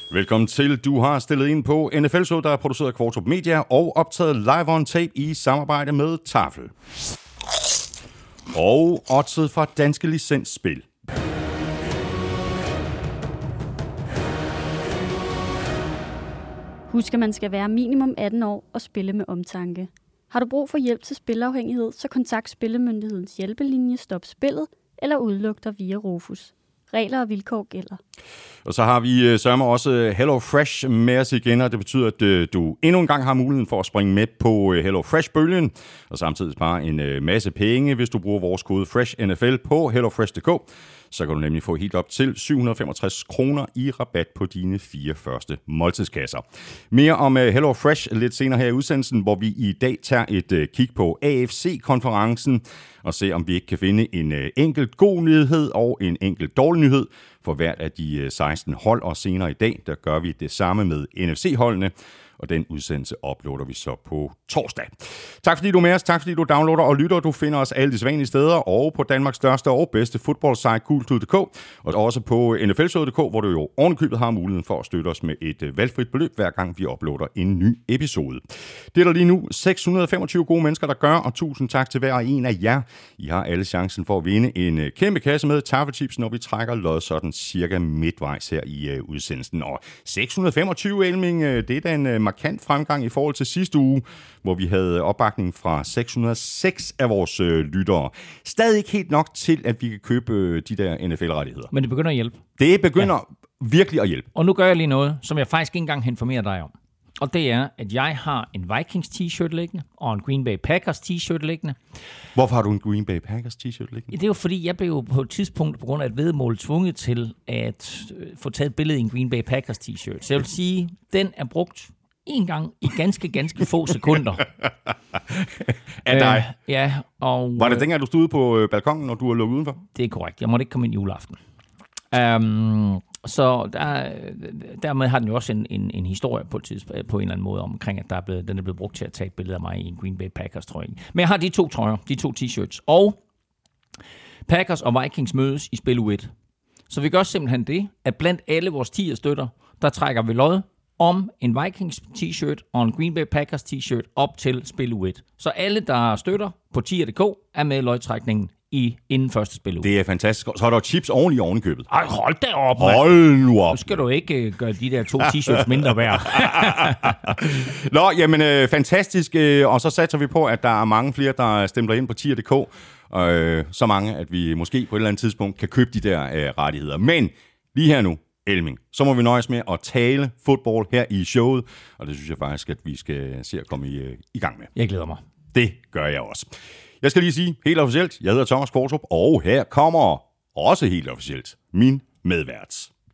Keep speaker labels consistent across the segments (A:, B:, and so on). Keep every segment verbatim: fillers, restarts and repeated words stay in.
A: Velkommen til. Du har stillet ind på N F L-show, der er produceret af Kvartrup Media og optaget live on tape i samarbejde med Tafel. Og oddset fra Danske Licensspil.
B: Husk, at man skal være minimum atten år og spille med omtanke. Har du brug for hjælp til spilafhængighed, så kontakt Spillemyndighedens hjælpelinje Stop Spillet eller udluk dig via Rufus. Regler og vilkår gælder. Og
A: så har vi sørme også Hello Fresh med os igen, og det betyder, at du endnu en gang har muligheden for at springe med på Hello Fresh-bølgen, og samtidig spare en masse penge, hvis du bruger vores kode FreshNFL på hellofresh punktum d k. Så kan du nemlig få helt op til syv hundrede og femogtres kroner i rabat på dine fire første måltidskasser. Mere om Hello Fresh lidt senere her i udsendelsen, hvor vi i dag tager et kig på A F C-konferencen og se, om vi ikke kan finde en enkelt god nyhed og en enkelt dårlig nyhed for hvert af de seksten hold. Og senere i dag, der gør vi det samme med N F C-holdene. Og den udsendelse uploader vi så på torsdag. Tak fordi du er med os, tak fordi du downloader og lytter. Du finder os alle de sædvanlige steder, og på Danmarks største og bedste fodboldsite Gulklud punktum d k, og også på N F L punktum d k, hvor du jo ovenikøbet har muligheden for at støtte os med et valgfrit beløb, hver gang vi uploader en ny episode. Det er der lige nu seks hundrede og femogtyve gode mennesker, der gør, og tusind tak til hver og en af jer. I har alle chancen for at vinde en kæmpe kasse med Taffelchips, når vi trækker lod sådan cirka midtvejs her i udsendelsen. Og seks hundrede og femogtyve, Elming, det er da en markant fremgang i forhold til sidste uge, hvor vi havde opbakning fra seks hundrede og seks af vores øh, lyttere. Stadig ikke helt nok til, at vi kan købe øh, de der N F L-rettigheder.
C: Men det begynder at hjælpe.
A: Det begynder ja. virkelig at hjælpe.
C: Og nu gør jeg lige noget, som jeg faktisk ikke engang informerer dig om. Og det er, at jeg har en Vikings t-shirt liggende, og en Green Bay Packers t-shirt liggende.
A: Hvorfor har du en Green Bay Packers t-shirt liggende?
C: Det er jo fordi, jeg blev på et tidspunkt på grund af et vedmål tvunget til at få taget et billede i en Green Bay Packers t-shirt. Så jeg vil sige, den er brugt en gang i ganske, ganske få sekunder.
A: Af dig?
C: Øh, ja, og...
A: Var det dengang, du stod på balkongen, når du var lukket udenfor?
C: Det er korrekt. Jeg måtte ikke komme ind juleaften. Um, så der, dermed har den jo også en, en, en historie på, et på en eller anden måde omkring, at der er blevet, den er blevet brugt til at tage et billede af mig i en Green Bay Packers trøje. Men jeg har de to trøjer, de to t-shirts, og Packers og Vikings mødes i spil U et. Så vi gør simpelthen det, at blandt alle vores tier støtter, der trækker vi lod om en Vikings t-shirt og en Green Bay Packers t-shirt op til spil U et. Så alle, der støtter på tier punktum d k, er med i lodtrækningen i inden første spil uge.
A: Det er fantastisk. Så er der chips oven i ovenikøbet.
C: Ej, hold da op, man.
A: Hold nu op.
C: Nu skal du ikke uh, gøre de der to t-shirts mindre værd.
A: Nå, jamen øh, fantastisk. Øh, og så satser vi på, at der er mange flere, der stemmer ind på tier punktum d k. Og øh, så mange, at vi måske på et eller andet tidspunkt kan købe de der øh, rettigheder. Men lige her nu, Elming, så må vi nøjes med at tale fodbold her i showet, og det synes jeg faktisk, at vi skal se at komme i, i gang med.
C: Jeg glæder mig.
A: Det gør jeg også. Jeg skal lige sige helt officielt, jeg hedder Thomas Kvartrup, og her kommer også helt officielt min medvært.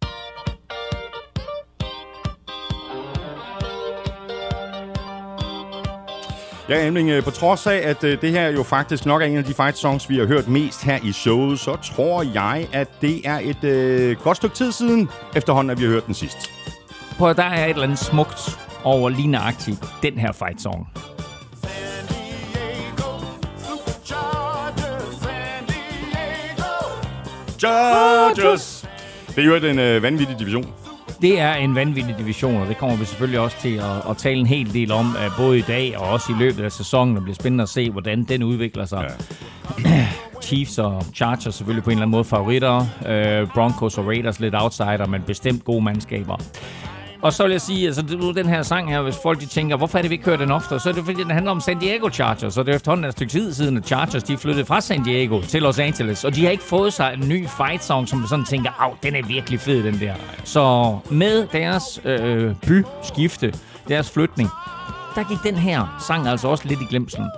A: Ja, Emling, på trods af, at det her jo faktisk nok er en af de fight songs, vi har hørt mest her i showet, så tror jeg, at det er et øh, godt stykke tid siden, efterhånden, at vi har hørt den sidst.
C: Prøv at der er et eller andet smukt over lige nøjagtigt den her fight song.
A: Chargers! Det er jo en øh, vanvittig division.
C: Det er en vanvittig division, og det kommer vi selvfølgelig også til at, at tale en hel del om, både i dag og også i løbet af sæsonen. Det bliver spændende at se, hvordan den udvikler sig. Ja. Chiefs og Chargers selvfølgelig på en eller anden måde favoritter. Uh, Broncos og Raiders lidt outsider, men bestemt gode mandskaber. Og så vil jeg sige, altså den her sang her, hvis folk de tænker, hvorfor er det, vi ikke hører den ofte? Så er det fordi, den handler om San Diego Chargers, og det er efterhånden et stykke tid siden, at Chargers de flyttede fra San Diego til Los Angeles, og de har ikke fået sig en ny fight song, som sådan tænker, af, den er virkelig fed, den der. Så med deres øh, byskifte, deres flytning, der gik den her sang altså også lidt i glemslen.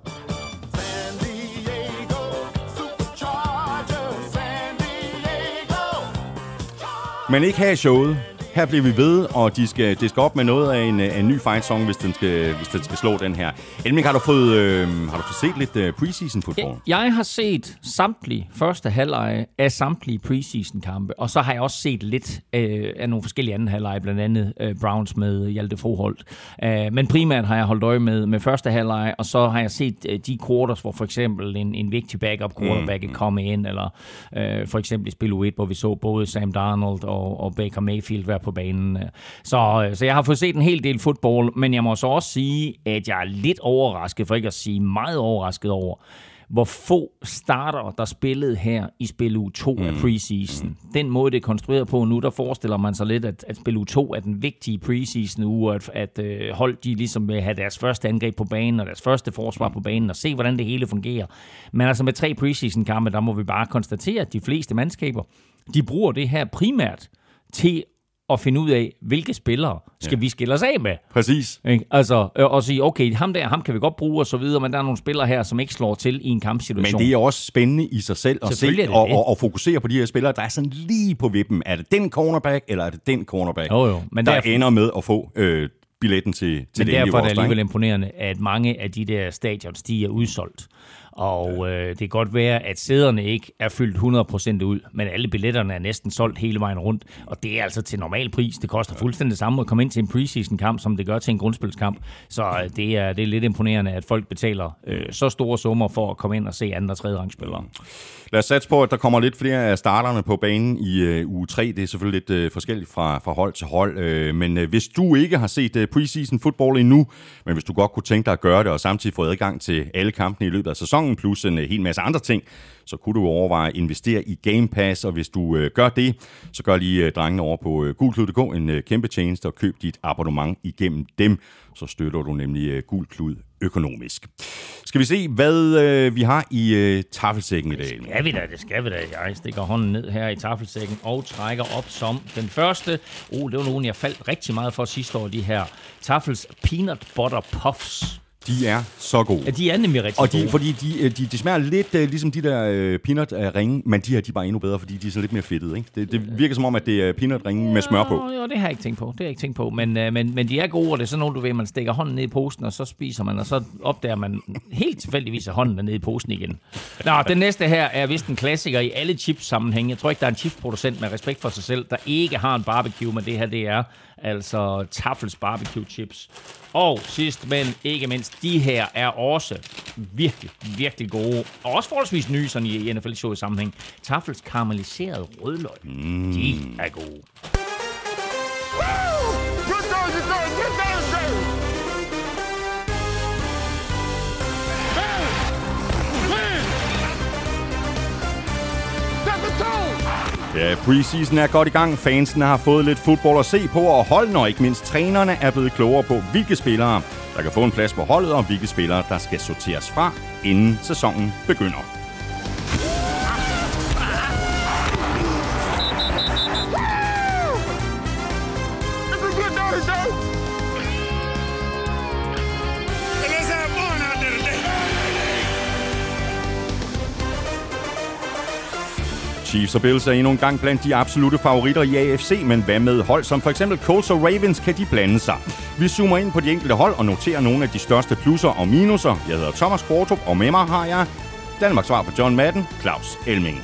A: Men ikke her i showet. Her bliver vi ved, og de skal, det skal op med noget af en, en ny fight song, hvis den skal, hvis den skal slå den her. Elming, har du fået, øh, har du fået set lidt øh, preseason fodbold?
C: Jeg har set samtlige første halvleje af samtlige preseason kampe, og så har jeg også set lidt øh, af nogle forskellige anden halvleje, blandt andet øh, Browns med Hjalte Froholt. Øh, men primært har jeg holdt øje med, med første halvleje, og så har jeg set øh, de quarters, hvor for eksempel en, en vigtig backup quarterback mm. komme ind, eller øh, for eksempel i spil U et, hvor vi så både Sam Darnold og, og Baker Mayfield være på banen. Så, så jeg har fået set en hel del fodbold, men jeg må så også sige, at jeg er lidt overrasket, for ikke at sige meget overrasket over, hvor få starter, der spillede her i spil uge to mm. af preseason. Mm. Den måde, det er konstrueret på nu, der forestiller man sig lidt, at, at spil uge to er den vigtige preseason uge, at, at uh, hold de ligesom vil have deres første angreb på banen, og deres første forsvar mm. på banen, og se, hvordan det hele fungerer. Men altså med tre preseason-kampe, der må vi bare konstatere, at de fleste mandskaber, de bruger det her primært til at finde ud af, hvilke spillere skal ja. vi skille os af med.
A: Præcis.
C: Ikke? Altså, og sige, okay, ham der, ham kan vi godt bruge, og så videre, men der er nogle spillere her, som ikke slår til i en kampsituation.
A: Men det er også spændende i sig selv at se og, og, og fokusere på de her spillere, der er sådan lige på vippen. Er det den cornerback, eller er det den cornerback,
C: jo, jo. Men
A: der
C: derfor,
A: ender med at få øh, billetten til, til
C: men
A: det endelige
C: derfor er det
A: roster,
C: alligevel imponerende, at mange af de der stadions, de er udsolgt. Og øh, det kan godt være, at sæderne ikke er fyldt hundrede procent ud, men alle billetterne er næsten solgt hele vejen rundt. Og det er altså til normal pris. Det koster fuldstændig det samme at komme ind til en preseason-kamp, som det gør til en grundspilskamp. Så øh, det, er, det er lidt imponerende, at folk betaler øh, så store summer for at komme ind og se andre og tredje rangspillere.
A: Lad os satse på, at der kommer lidt flere af starterne på banen i øh, uge tre. Det er selvfølgelig lidt øh, forskelligt fra, fra hold til hold. Øh, men øh, hvis du ikke har set øh, preseason football endnu, men hvis du godt kunne tænke dig at gøre det, og samtidig få adgang til alle kampene i løbet af sæsonen, plus en øh, hel masse andre ting, så kunne du overveje at investere i Game Pass. Og hvis du øh, gør det, så gør lige øh, drengene over på øh, gulklud punktum d k en øh, kæmpe tjeneste og køb dit abonnement igennem dem. Så støtter du nemlig øh, Gul Klud økonomisk. Skal vi se, hvad øh, vi har i øh, taffelsækken i dag?
C: Det skal vi da, det skal vi da. Jeg stikker hånden ned her i taffelsækken og trækker op som den første. Oh, det var nogen, jeg faldt rigtig meget for sidste år, de her Taffels Peanut Butter Puffs.
A: De er så gode.
C: Ja, de er nemlig rigtig
A: og de,
C: gode.
A: Fordi de, de, de smager lidt uh, ligesom de der uh, peanut-ringe, men de her de er bare endnu bedre, fordi de er så lidt mere fedtede. Ikke? Det, det virker som om, at det er peanut-ringe ja, med smør på.
C: Jo, det har jeg ikke tænkt på. Det har jeg ikke tænkt på. Men, uh, men, men de er gode, og det er sådan nogle, du ved, man stikker hånden ned i posen, og så spiser man, og så opdager man helt tilfældigvis, at hånden er nede i posen igen. Nå, den næste her er vist en klassiker i alle chips-sammenhænge. Jeg tror ikke, der er en chipsproducent med respekt for sig selv, der ikke har en barbecue, men det her, det er altså Taffels barbecue chips. Og sidst, men ikke mindst, de her er også virkelig, virkelig gode. Og også forholdsvis nye sådan i N F L-showet sammenhæng. Taffels karamelliserede rødløg. Mm. De er gode.
A: Ja, preseason er godt i gang. Fansene har fået lidt fodbold at se på, og holdene og ikke mindst trænerne er blevet klogere på, hvilke spillere, der kan få en plads på holdet, og hvilke spillere, der skal sorteres fra, inden sæsonen begynder. Chiefs og Bills er endnu en gang blandt de absolutte favoritter i A F C, men hvad med hold som for eksempel Colts og Ravens, kan de blande sig? Vi zoomer ind på de enkelte hold og noterer nogle af de største plusser og minuser. Jeg hedder Thomas Kvartrup, og med mig har jeg Danmarks svar på John Madden, Claus Elming.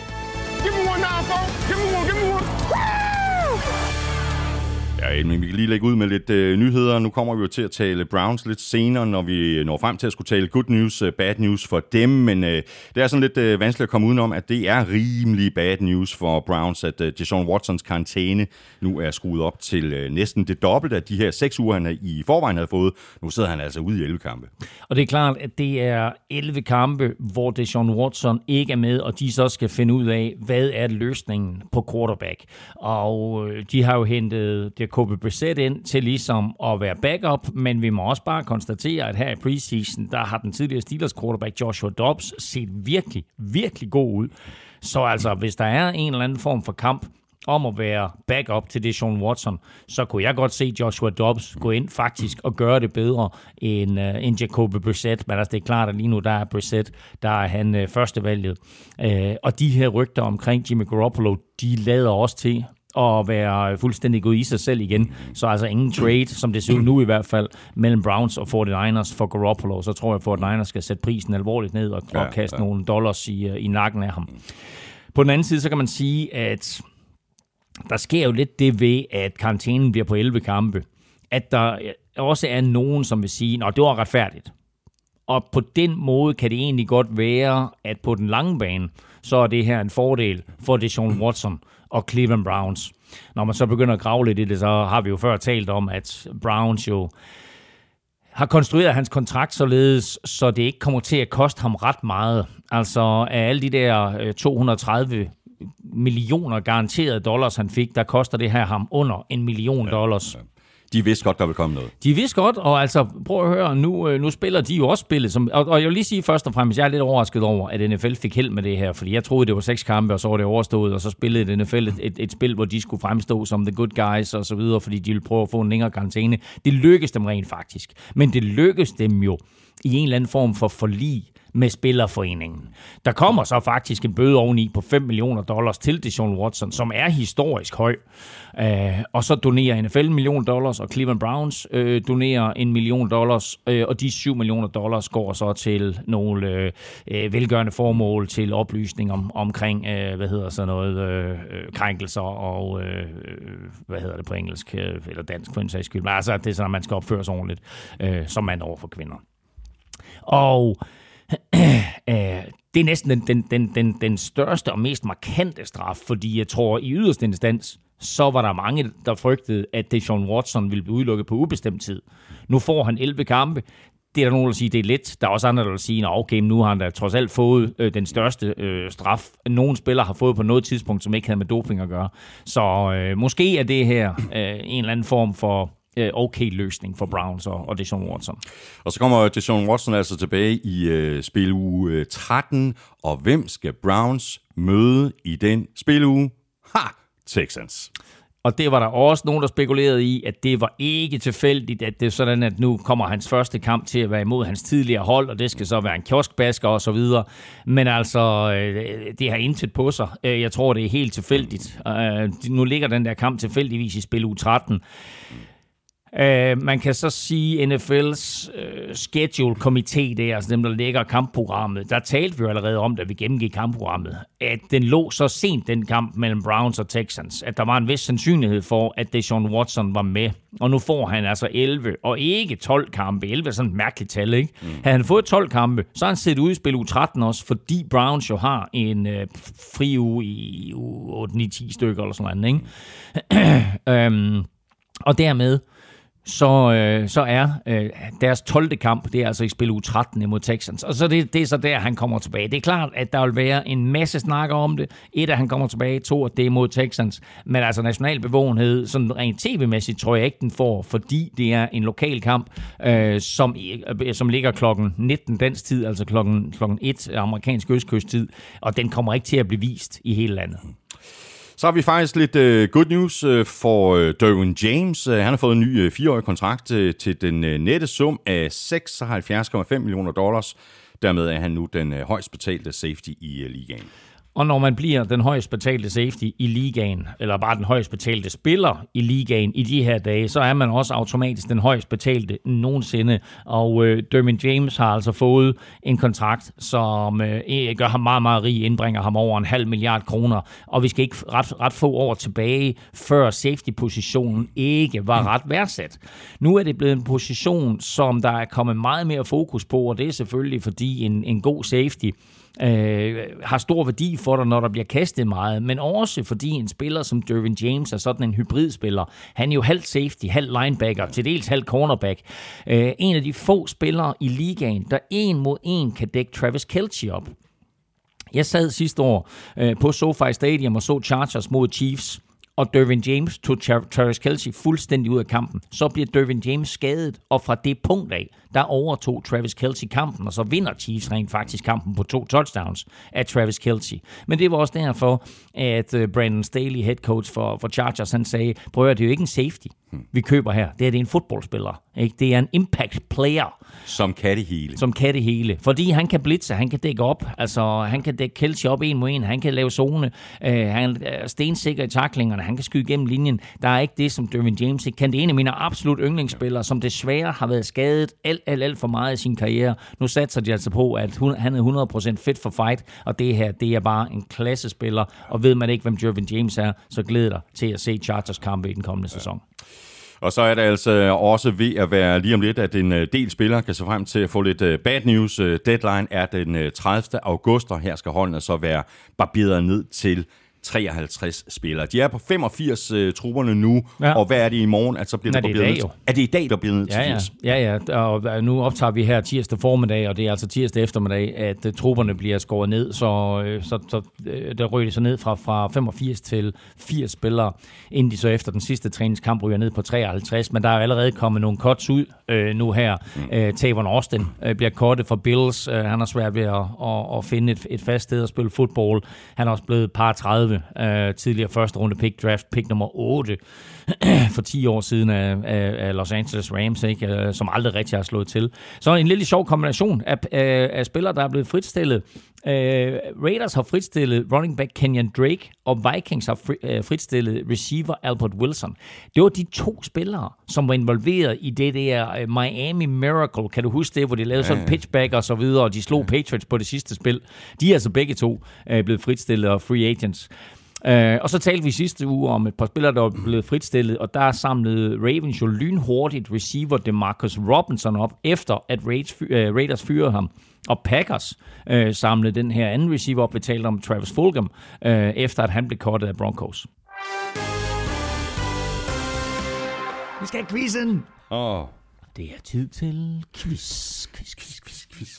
A: Ja, Elming, vi kan lige lægge ud med lidt øh, nyheder. Nu kommer vi jo til at tale Browns lidt senere, når vi når frem til at skulle tale good news, uh, bad news for dem. Men øh, det er sådan lidt øh, vanskeligt at komme udenom, at det er rimelig bad news for Browns, at øh, Deshaun Watsons karantæne nu er skruet op til øh, næsten det dobbelte af de her seks uger, han i forvejen havde fået. Nu sidder han altså ude i elleve kampe.
C: Og det er klart, at det er elleve kampe, hvor Deshaun Watson ikke er med, og de så skal finde ud af, hvad er løsningen på quarterback. Og øh, de har jo hentet Jacoby Brissett ind til ligesom at være backup, men vi må også bare konstatere, at her i preseason, der har den tidligere Steelers quarterback Joshua Dobbs set virkelig, virkelig god ud. Så altså, hvis der er en eller anden form for kamp om at være backup til Deshaun Watson, så kunne jeg godt se Joshua Dobbs gå ind faktisk og gøre det bedre end, uh, end Jacoby Brissett. Men altså, det er klart, at lige nu der er Brissett, der er han uh, førstevalget. Uh, og de her rygter omkring Jimmy Garoppolo, de lader også til og være fuldstændig gået i sig selv igen. Så altså ingen trade, som det ser ud nu i hvert fald, mellem Browns og forty-niners for Garoppolo. Så tror jeg, at forty-niners skal sætte prisen alvorligt ned og, ja, og kaste ja. nogle dollars i, i nakken af ham. På den anden side, så kan man sige, at der sker jo lidt det ved, at karantænen bliver på elleve kampe. At der også er nogen, som vil sige, at det var retfærdigt. Og på den måde kan det egentlig godt være, at på den lange bane, så er det her en fordel for Deshaun Watson og Cleveland Browns. Når man så begynder at grave lidt i det, så har vi jo før talt om, at Browns jo har konstrueret hans kontrakt således, så det ikke kommer til at koste ham ret meget. Altså af alle de der to hundrede og tredive millioner garanterede dollars, han fik, der koster det her ham under en million dollars.
A: Ja, ja. De vidste godt, der vil komme noget.
C: De vidste godt, og altså, prøv at høre, nu, nu spiller de jo også spillet. Som, og, og jeg vil lige sige først og fremmest, jeg er lidt overrasket over, at N F L fik held med det her, fordi jeg troede, det var seks kampe, og så var det overstået, og så spillede N F L et, et, et spil, hvor de skulle fremstå som the good guys og så videre, fordi de ville prøve at få en længere karantæne. Det lykkedes dem rent faktisk. Men det lykkedes dem jo i en eller anden form for forlig med spillerforeningen. Der kommer så faktisk en bøde oveni på fem millioner dollars til Deshaun Watson, som er historisk høj. Uh, og så donerer N F L en million dollars, og Cleveland Browns uh, donerer en million dollars, uh, og de syv millioner dollars går så til nogle uh, velgørende formål til oplysning om, omkring, uh, hvad hedder så noget, uh, krænkelser og, uh, hvad hedder det på engelsk, uh, eller dansk for en sags skyld. Men altså, det er sådan, at man skal opføre sig ordentligt, uh, som mand over for kvinder. Og det er næsten den, den, den, den, den største og mest markante straf, fordi jeg tror, i yderste instans, så var der mange, der frygtede, at Deshaun Watson ville blive udelukket på ubestemt tid. Nu får han elleve kampe. Det er der nogen, der siger, det er let. Der er også andre, der vil sige, at okay, nu har han da trods alt fået øh, den største øh, straf, nogle spillere har fået på noget tidspunkt, som ikke havde med doping at gøre. Så øh, måske er det her øh, en eller anden form for okay løsning for Browns og, og Deshaun Watson.
A: Og så kommer Deshaun Watson altså tilbage i øh, spiluge tretten, og hvem skal Browns møde i den spiluge? Ha! Texans.
C: Og det var der også nogen, der spekulerede i, at det var ikke tilfældigt, at det er sådan, at nu kommer hans første kamp til at være imod hans tidligere hold, og det skal så være en kioskbasker og så videre. Men altså, det har intet på sig. Jeg tror, det er helt tilfældigt. Nu ligger den der kamp tilfældigvis i spiluge tretten. Uh, man kan så sige, N F L's uh, schedule-komité, det er altså dem, der lægger kampprogrammet. Der talte vi jo allerede om, da vi gennemgik kampprogrammet, at den lå så sent, den kamp mellem Browns og Texans, at der var en vis sandsynlighed for, at Deshaun Watson var med. Og nu får han altså elleve, og ikke tolv kampe. elleve er sådan et mærkeligt tal, ikke? Mm. Havde han fået tolv kampe, så har han set ud i spil uge tretten også, fordi Browns jo har en uh, fri uge i uge otte ni ti stykker eller sådan noget, ikke? um, og dermed så, øh, så er øh, deres tolvte kamp, det er altså i spil uge tretten imod Texans. Og så det, det er så der, han kommer tilbage. Det er klart, at der vil være en masse snakker om det. Et, at han kommer tilbage. To, at det er imod Texans. Men altså national bevågenhed, sådan rent tv-mæssigt, tror jeg ikke, den får, fordi det er en lokal kamp, øh, som, øh, som ligger klokken nitten dansk tid, altså klokken, klokken et amerikansk østkysttid. Og den kommer ikke til at blive vist i hele landet.
A: Så har vi faktisk lidt uh, good news uh, for uh, Derwin James. Uh, han har fået en ny uh, fireårig kontrakt uh, til den uh, nette sum af seksoghalvfjerds komma fem millioner dollars. Dermed er han nu den uh, højst betalte safety i uh, ligaen.
C: Og når man bliver den højst betalte safety i ligaen, eller bare den højst betalte spiller i ligaen i de her dage, så er man også automatisk den højst betalte nogensinde. Og øh, Derwin James har altså fået en kontrakt, som øh, gør ham meget, meget rig, indbringer ham over en halv milliard kroner. Og vi skal ikke ret, ret få år tilbage, før safety-positionen ikke var ret værdsat. Nu er det blevet en position, som der er kommet meget mere fokus på, og det er selvfølgelig fordi en, en god safety Øh, har stor værdi for dig, når der bliver kastet meget, men også fordi en spiller som Derwin James er sådan en hybridspiller. Han er jo halvt safety, halvt linebacker, til dels halvt cornerback. Øh, en af de få spillere i ligaen, der en mod en kan dække Travis Kelce op. Jeg sad sidste år øh, på SoFi Stadium og så Chargers mod Chiefs, og Derwin James tog Travis Kelce fuldstændig ud af kampen. Så bliver Derwin James skadet, og fra det punkt af, der overtog Travis Kelce kampen, og så vinder Chiefs rent faktisk kampen på to touchdowns af Travis Kelce. Men det var også derfor, at Brandon Staley, head coach for, for Chargers, han sagde, prøv at det er jo ikke en safety, vi køber her. Det er, det er en fodboldspiller. Ikke? Det er en impact player.
A: Som kan det hele.
C: Som kan det hele. Fordi han kan blitse, han kan dække op. Altså, han kan dække Kelce op en mod en. Han kan lave zone. Uh, han er stensikker i taklingerne. Han kan skyde gennem linjen. Der er ikke det, som Derwin James ikke kan. Det er en af mine absolut yndlingsspillere, som desværre har været skadet alt, alt, alt for meget i sin karriere. Nu satser de altså på, at han er hundrede procent fit for fight, og det her, det er bare en klassespiller. Og ved man ikke, hvem Derwin James er, så glæder dig til at se Chargers kampe i den kommende sæson.
A: Og så er det altså også ved at være lige om lidt, at en del spillere kan se frem til at få lidt bad news. Deadline er den tredivte august, og her skal holdene så være barberet ned til treoghalvtreds spillere. De er på femogfirs uh, trupperne nu, ja. Og hvad er det i morgen? At så bliver
C: Nå,
A: det
C: barberet
A: ned? Er det i dag, der bliver ned til
C: ja,
A: firs?
C: Ja, ja, ja. Og nu optager vi her tirsdag formiddag, og det er altså tirsdag eftermiddag, at uh, trupperne bliver skåret ned, så, uh, så, så uh, der ryger de så ned fra, fra femogfirs til firs spillere, inden de så efter den sidste træningskamp ryger ned på treoghalvtreds, men der er jo allerede kommet nogle cuts ud uh, nu her. Mm. Uh, Tavon Austin uh, bliver cuttet for Bills. Uh, han har svært ved at, at, at finde et, et fast sted at spille fodbold. Han er også blevet par tredive uh, tidligere første runde pick, draft pick nummer otte for ti år siden af, af, af Los Angeles Rams, ikke? Som aldrig rigtig har slået til. Så en lille sjov kombination af, af, af spillere, der er blevet fritstillet. Uh, Raiders har fritstillet running back Kenyon Drake, og Vikings har fri, uh, fritstillet receiver Albert Wilson. Det var de to spillere, som var involveret i det der uh, Miami Miracle. Kan du huske det, hvor de lavede ja, sådan en pitchback og så videre, og de slog ja. Patriots på det sidste spil. De er altså begge to uh, blevet fritstillet og free agents. Uh, og så talte vi sidste uge om et par spillere, der var blevet fritstillet, og der samlede Ravens jo lynhurtigt receiver DeMarcus Robinson op, efter at Raiders, uh, Raiders fyrede ham. Og Packers uh, samlede den her anden receiver op, vi talte om Travis Fulgham, uh, efter at han blev cuttet af Broncos. Vi skal have quizzen!
A: Åh. Oh.
C: Det er tid til quiz, quiz, quiz, quiz, quiz.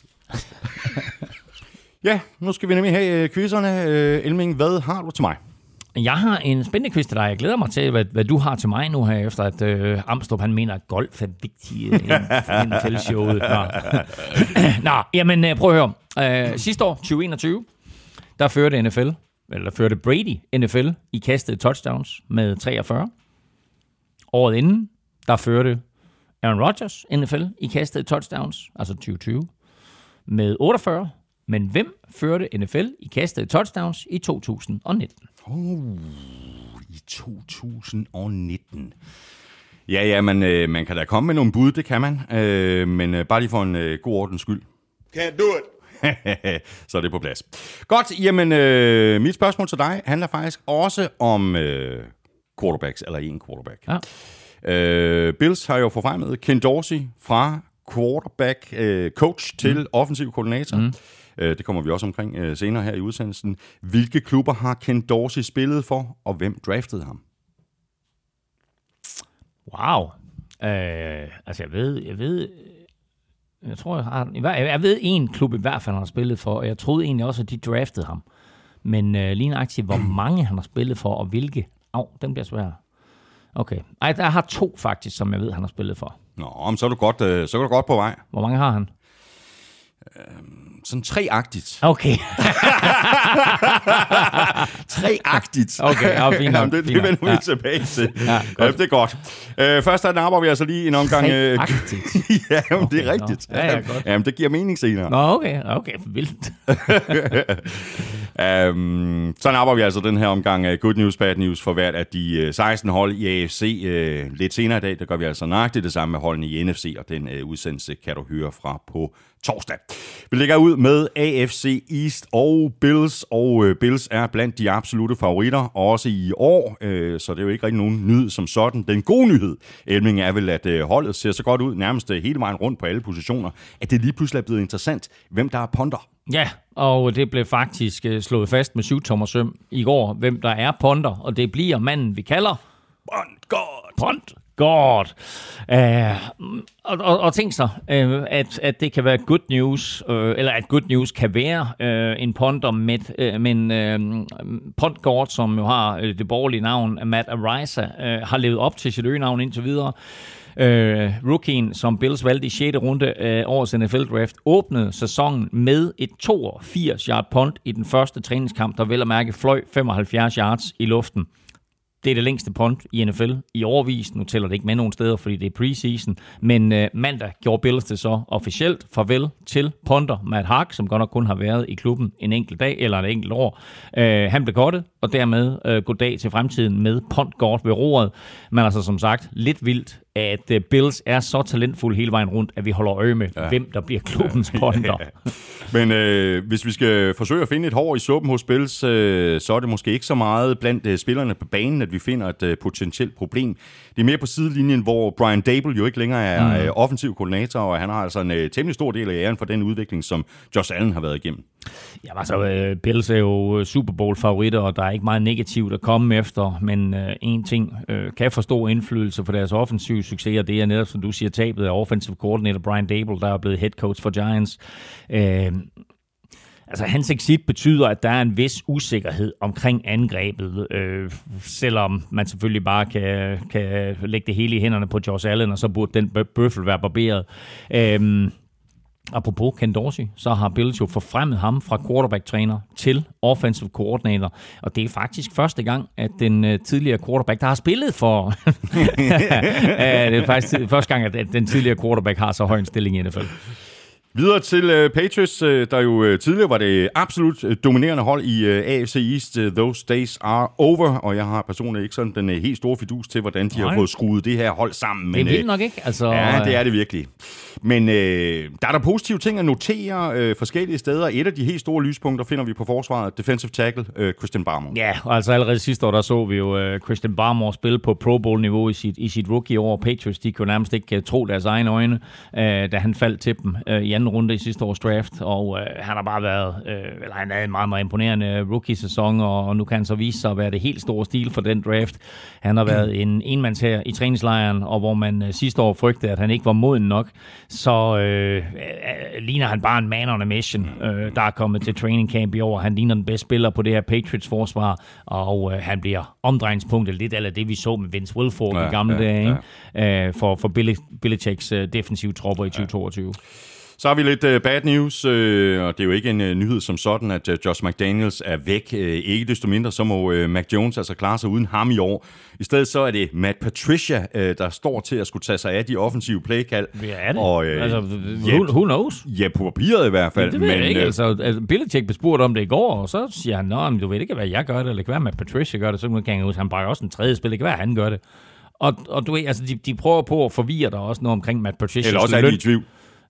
A: Ja, nu skal vi nemlig have øh, quizzerne. Øh, Elming, hvad har du til mig?
C: Jeg har en spændende quiz til dig. Jeg glæder mig til, hvad, hvad du har til mig nu her, efter at øh, Amstrup, han mener, at golf er vigtigt inden for showet. Nå. Nå, jamen prøv at høre. Øh, sidste år, tyve enogtyve, der førte N F L, eller der førte Brady N F L i kastede touchdowns med treogfyrre. Året inden, der førte Aaron Rodgers N F L i kastede touchdowns, altså tyve tyve, med otteogfyrre. Men hvem førte N F L i kastede touchdowns i to tusind nitten?
A: Oh, i to tusind nitten. Ja, ja, man, øh, man kan da komme med nogle bud, det kan man. Øh, men øh, bare lige for en øh, god ordens skyld.
D: Can't do it.
A: Så er det på plads. Godt, jamen øh, mit spørgsmål til dig handler faktisk også om øh, quarterbacks, eller en quarterback. Ja. Øh, Bills har jo forfremmet Ken Dorsey fra quarterback øh, coach til mm. offensiv koordinator. Mm. Det kommer vi også omkring senere her i udsendelsen. Hvilke klubber har Ken Dorsey spillet for, og hvem draftede ham?
C: Wow. Øh, altså jeg ved, jeg ved, jeg tror jeg har, jeg ved en klub i hvert fald han har spillet for, og jeg troede egentlig også at de draftede ham. Men øh, lige nøjagtigt hvor mange han har spillet for og hvilke. Au, den bliver svær. Okay. Ej, der har to faktisk, som jeg ved han har spillet for.
A: Nå, så er du godt, øh, så er du godt på vej.
C: Hvor mange har han?
A: Øhm, sådan tre-agtigt.
C: Okay.
A: tre-agtigt.
C: Okay, ja, fint nok.
A: Jamen, det, det vender vi ja. tilbage til. Ja, godt. Det er godt. Øh, først der napper vi altså lige en omgang.
C: tre-agtigt?
A: Ja, jamen,
C: okay,
A: det er rigtigt.
C: Ja, ja, godt.
A: Jamen, det giver mening senere.
C: Nå, okay. Okay, vildt.
A: um, så napper vi altså den her omgang uh, good news, bad news for hvert af de uh, seksten hold i A F C. Uh, lidt senere i dag, der gør vi altså nøjagtigt det samme med holdene i N F C, og den uh, udsendelse kan du høre fra på torsdag. Vi lægger ud med A F C East og Bills, og uh, Bills er blandt de absolute favoritter, også i år, uh, så det er jo ikke rigtig nogen nyhed som sådan. Den gode nyhed, Elming, er vel, at uh, holdet ser så godt ud, nærmest uh, hele vejen rundt på alle positioner, at det lige pludselig er blevet interessant, hvem der er punter.
C: Ja, og det blev faktisk uh, slået fast med syvtommersøm i går, hvem der er punter, og det bliver manden, vi kalder
A: Punt God.
C: Punt God. Uh, og, og, og tænk så, uh, at, at det kan være good news, uh, eller at good news kan være uh, en punter med, uh, men uh, Punt God, som jo har uh, det borgerlige navn, Matt Araiza, uh, har levet op til sit øgenavn indtil videre. Uh, rookien, som Bills valgte i sjette runde af årets N F L-draft, åbnede sæsonen med et toogfirs yard punt i den første træningskamp, der vel at mærke fløj femoghalvfjerds yards i luften. Det er det længste punt i N F L i årevis. Nu tæller det ikke med nogen steder, fordi det er preseason. Men øh, mandag gjorde Bills det så officielt farvel til punter Matt Hack, som godt nok kun har været i klubben en enkelt dag eller et enkelt år. Øh, han blev cuttet, og dermed øh, goddag til fremtiden med Punt God ved roret. Men altså som sagt, lidt vildt, at uh, Bills er så talentfuld hele vejen rundt, at vi holder øje med, ja. hvem der bliver klubbens ponder.
A: Ja. Men øh, hvis vi skal forsøge at finde et hår i suppen hos Bills, øh, så er det måske ikke så meget blandt øh, spillerne på banen, at vi finder et øh, potentielt problem. Det er mere på sidelinjen, hvor Brian Dable jo ikke længere er mm. øh, offensiv koordinator, og han har altså en øh, temmelig stor del af æren for den udvikling, som Josh Allen har været igennem.
C: Ja, altså, øh, Bills er jo Super Bowl-favoritter, og der er ikke meget negativt at komme efter, men øh, en ting øh, kan få stor indflydelse for deres offensive succes, og det er netop, som du siger, tabet af offensive coordinator Brian Dable, der er blevet head coach for Giants. Øh, altså, hans exit betyder, at der er en vis usikkerhed omkring angrebet, øh, selvom man selvfølgelig bare kan, kan lægge det hele i hænderne på Josh Allen, og så burde den bøffel være barberet. Øh, Apropos Ken Dorsey, så har Bills jo forfremmet ham fra quarterback-træner til offensive coordinator, og det er faktisk første gang, at den uh, tidligere quarterback, der har spillet for... det er faktisk første gang, at den tidligere quarterback har så høj en stilling i N F L.
A: Videre til uh, Patriots, uh, der jo uh, tidligere var det absolut uh, dominerende hold i uh, A F C East. Uh, those days are over, og jeg har personligt ikke sådan den uh, helt store fidus til, hvordan de Nej. har fået skruet det her hold sammen.
C: Men, det er vildt nok, ikke? Altså,
A: ja, det er det virkelig. Men uh, der er der positive ting at notere uh, forskellige steder. Et af de helt store lyspunkter finder vi på forsvaret, defensive tackle uh, Christian Barmore.
C: Ja, og altså allerede sidste år, der så vi jo uh, Christian Barmore spille på Pro Bowl-niveau i sit, i sit rookie-år. Patriots, de kunne nærmest ikke uh, tro deres egne øjne, uh, da han faldt til dem uh, i anden runde i sidste års draft, og øh, han har bare været, øh, eller han havde en meget, meget imponerende rookie-sæson, og, og nu kan han så vise sig at være det helt store stil for den draft. Han har været en enmands her i træningslejren, og hvor man øh, sidste år frygtede, at han ikke var moden nok, så øh, øh, ligner han bare en man on a mission, øh, der er kommet til training camp i år. Han ligner den bedste spiller på det her Patriots-forsvar, og øh, han bliver omdrejningspunktet lidt af det, vi så med Vince Wilfork ja, i gamle ja, dage, ja. øh, for, for Belichicks øh, defensive tropper i tyve toogtyve.
A: Så har vi lidt uh, bad news, uh, og det er jo ikke en uh, nyhed som sådan, at uh, Josh McDaniels er væk. Uh, ikke desto mindre, så må uh, Mac Jones altså klare sig uden ham i år. I stedet så er det Matt Patricia, uh, der står til at skulle tage sig af de offensive playkald.
C: Ja, er det?
A: Og, uh,
C: altså,
A: ja,
C: who, who knows?
A: Ja, på papiret i hvert fald.
C: Ja, det ved
A: men,
C: jeg ikke.
A: Uh,
C: altså, altså, Belichick blev spurgt om det i går, og så siger han, nå, men du ved ikke, hvad jeg gør det, eller det kan være, Matt Patricia gør det, så kan jeg huske, han brækker også en tredje spil, det kan være, han gør det. Og, og du ved, altså, de, de prøver på at forvirre dig også noget omkring Matt Patricia.
A: Eller også er de i tvivl.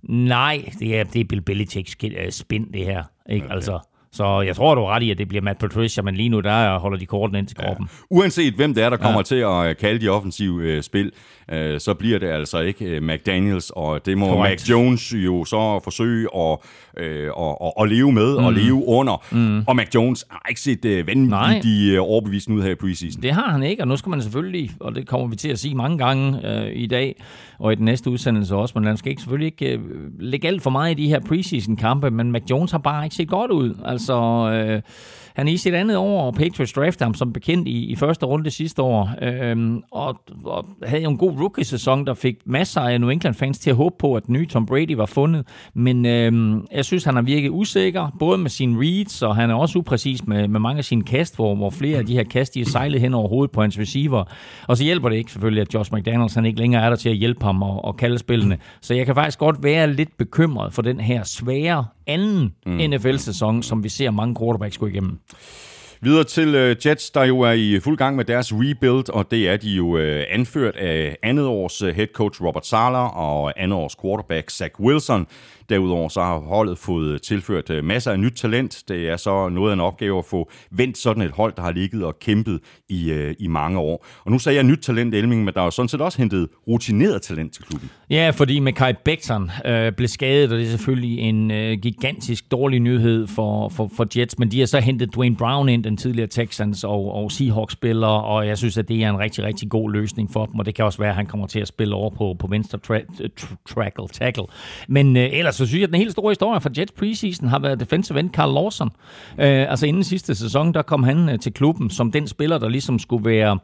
C: Nej, det er, det er Bill Belichicks spin, det her. Ikke? Okay. Altså, så jeg tror, du er ret i, at det bliver Matt Patricia, men lige nu der holder de korten ind til kroppen.
A: Ja. Uanset hvem det er, der kommer ja. til at kalde de offensive øh, spil, øh, så bliver det altså ikke øh, McDaniels, og det må Correct. Mac Jones jo så forsøge at, øh, at, at leve med mm. og leve under. Mm. Og Mac Jones har ikke set øh, vanvittigt øh, overbevisende ud her i preseason.
C: Det har han ikke, og nu skal man selvfølgelig, og det kommer vi til at sige mange gange øh, i dag, og i den næste udsendelse også, men han skal ikke, selvfølgelig ikke øh, lægge alt for meget i de her preseason-kampe, men Mac Jones har bare ikke set godt ud. Altså, øh, han er i sit andet år, og Patriots draftede ham som bekendt i, i første runde sidste år, øh, og, og havde jo en god rookie-sæson, der fik masser af New England-fans til at håbe på, at den nye Tom Brady var fundet, men øh, jeg synes, han har virket usikker, både med sine reads, og han er også upræcis med, med mange af sine kast, hvor, hvor flere af de her kast, de er sejlet hen over hovedet på hans receiver, og så hjælper det ikke selvfølgelig, at Josh McDaniels, han ikke længere er der til at hjælpe ham og, og kalde spillene, så jeg kan faktisk godt være lidt bekymret for den her svære anden mm. N F L-sæson, som vi ser mange quarterbacks gå igennem.
A: Videre til uh, Jets, der jo er i fuld gang med deres rebuild, og det er de jo uh, anført af andet års uh, head coach Robert Saleh og andet års quarterback Zach Wilson. Derudover så har holdet fået tilført uh, masser af nyt talent. Det er så noget af en opgave at få vendt sådan et hold, der har ligget og kæmpet i, uh, i mange år. Og nu sagde jeg nyt talent, Elming, men der er jo sådan set også hentet rutineret talent til klubben.
C: Ja, fordi Mekhi Becton øh, blev skadet, og det er selvfølgelig en øh, gigantisk dårlig nyhed for, for, for Jets, men de har så hentet Dwayne Brown ind, den tidligere Texans og, og Seahawks-spiller, og jeg synes, at det er en rigtig, rigtig god løsning for dem, og det kan også være, at han kommer til at spille over på, på venstre tra- tra- tackle, tackle. Men øh, ellers så synes jeg, at den helt store historie for Jets preseason har været defensive end Carl Lawson. Øh, altså inden sidste sæson, der kom han øh, til klubben som den spiller, der ligesom skulle være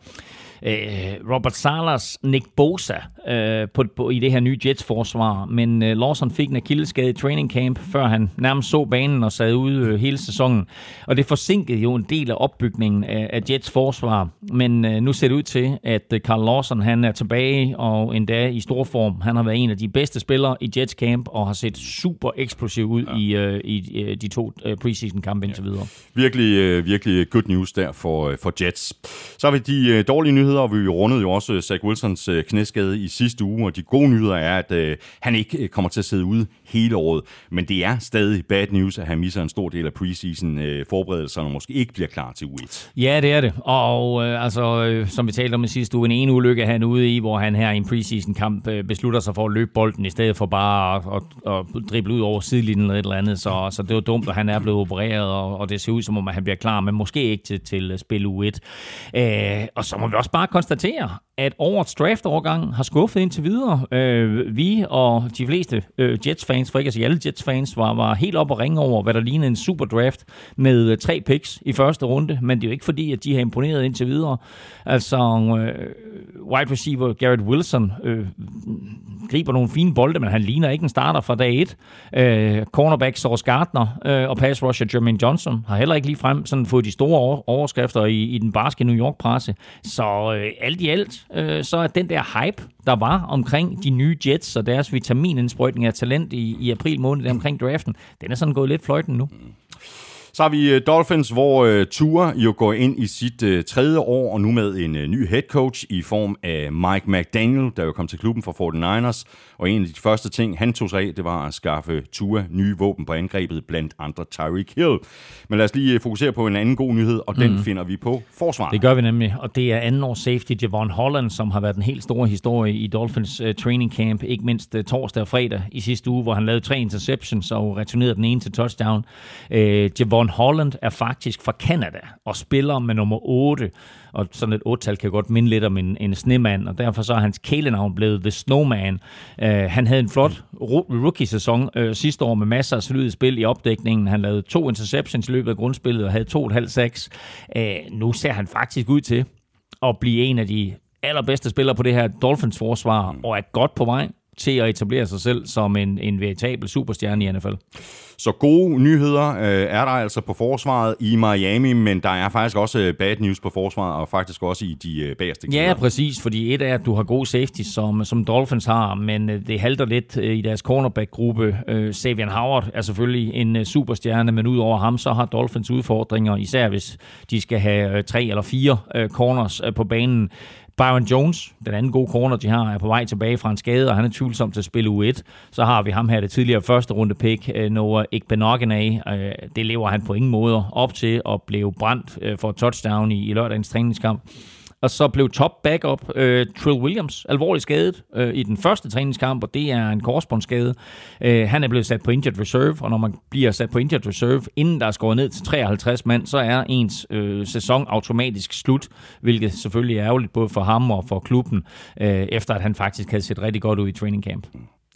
C: Uh, Robert Salehs Nick Bosa uh, på, på, i det her nye Jets-forsvar, men uh, Lawson fik en akillesskade i training camp, før han nærmest så banen og sad ude uh, hele sæsonen, og det forsinkede jo en del af opbygningen af, af Jets-forsvar, men uh, nu ser det ud til, at uh, Carl Lawson, han er tilbage og endda i stor form. Han har været en af de bedste spillere i Jets camp og har set super eksplosiv ud ja. i, uh, i uh, de to uh, preseason-kampe indtil videre.
A: Virkelig, uh, virkelig good news der for, uh, for Jets. Så har vi de uh, dårlige nyheder nyheder, og vi rundede jo også Zach Wilsons øh, knæskade i sidste uge, og de gode nyheder er, at øh, han ikke kommer til at sidde ude hele året. Men det er stadig bad news, at han misser en stor del af preseason øh, forberedelserne og måske ikke bliver klar til uge et.
C: Ja, det er det. Og øh, altså, øh, som vi talte om i sidste uge, en ene ulykke er han ude i, hvor han her i en preseason-kamp øh, beslutter sig for at løbe bolden, i stedet for bare at, at, at drible ud over sidelinjen eller et eller andet. Så, så det var dumt, at han er blevet opereret, og, og det ser ud som om, at han bliver klar, men måske ikke til, til spil uge et. Øh, og så må vi også bare konstatere, at årets draft-overgang har skuffet indtil videre. Øh, vi og de fleste øh, Jets-fans, for ikke at sige alle Jets-fans, var, var helt op og ringe over, hvad der lignede en super draft med øh, tre picks i første runde, men det er jo ikke fordi, at de har imponeret indtil videre. Altså, øh, wide receiver Garrett Wilson øh, griber nogle fine bolde, men han ligner ikke en starter fra dag et. Øh, cornerback Sauce Gardner øh, og pass rusher Jermaine Johnson har heller ikke ligefrem sådan fået de store overskrifter i, i den barske New York-presse. Så øh, alt i alt, øh, så er den der hype, der var omkring de nye Jets og deres vitaminindsprøjtning af talent i, i april måned omkring draften, den er sådan gået lidt fløjten nu.
A: Så har vi Dolphins, hvor uh, Tua jo går ind i sit uh, tredje år, og nu med en uh, ny head coach i form af Mike McDaniel, der jo kom til klubben fra forty-niners. Og en af de første ting, han tog sig af, det var at skaffe Tua nye våben på angrebet, blandt andre Tyreek Hill. Men lad os lige fokusere på en anden god nyhed, og den mm. finder vi på forsvaret.
C: Det gør vi nemlig, og det er anden års safety Javon Holland, som har været den helt store historie i Dolphins uh, training camp, ikke mindst uh, torsdag og fredag i sidste uge, hvor han lavede tre interceptions og returnerede den ene til touchdown. Uh, Javon Holland er faktisk fra Canada og spiller med nummer otte, og sådan et otte-tal kan godt minde lidt om en, en snemand, og derfor så er hans kælenavn blevet The Snowman. Uh, han havde en flot rookie-sæson uh, sidste år med masser af solide spil i opdækningen. Han lavede to interceptions i løbet af grundspillet og havde to og et halvt sacks. Uh, nu ser han faktisk ud til at blive en af de allerbedste spillere på det her Dolphins-forsvar, og er godt på vej til at etablere sig selv som en, en veritabel superstjerne i N F L.
A: Så gode nyheder øh, er der altså på forsvaret i Miami, men der er faktisk også bad news på forsvaret, og faktisk også i de øh, bagerste kæder.
C: Ja, præcis, fordi et er, at du har gode safety, som, som Dolphins har, men øh, det halter lidt øh, i deres cornerback-gruppe. Øh, Xavier Howard er selvfølgelig en øh, superstjerne, men ud over ham, så har Dolphins udfordringer, især hvis de skal have øh, tre eller fire øh, corners øh, på banen. Byron Jones, den anden gode corner, de har, er på vej tilbage fra en skade, og han er tvivlsom til at spille uge et. Så har vi ham her, det tidligere første runde pick, Noah Igbenogany. Det lever han på ingen måde op til, og blev brændt for touchdown i, i lørdagens træningskamp. Og så blev top backup uh, Trill Williams alvorligt skadet uh, i den første træningskamp, og det er en korsbåndsskade. Uh, han er blevet sat på injured reserve, og når man bliver sat på injured reserve, inden der er skåret ned til treoghalvtreds mand, så er ens uh, sæson automatisk slut, hvilket selvfølgelig er ærgerligt både for ham og for klubben, uh, efter at han faktisk havde set rigtig godt ud i training camp.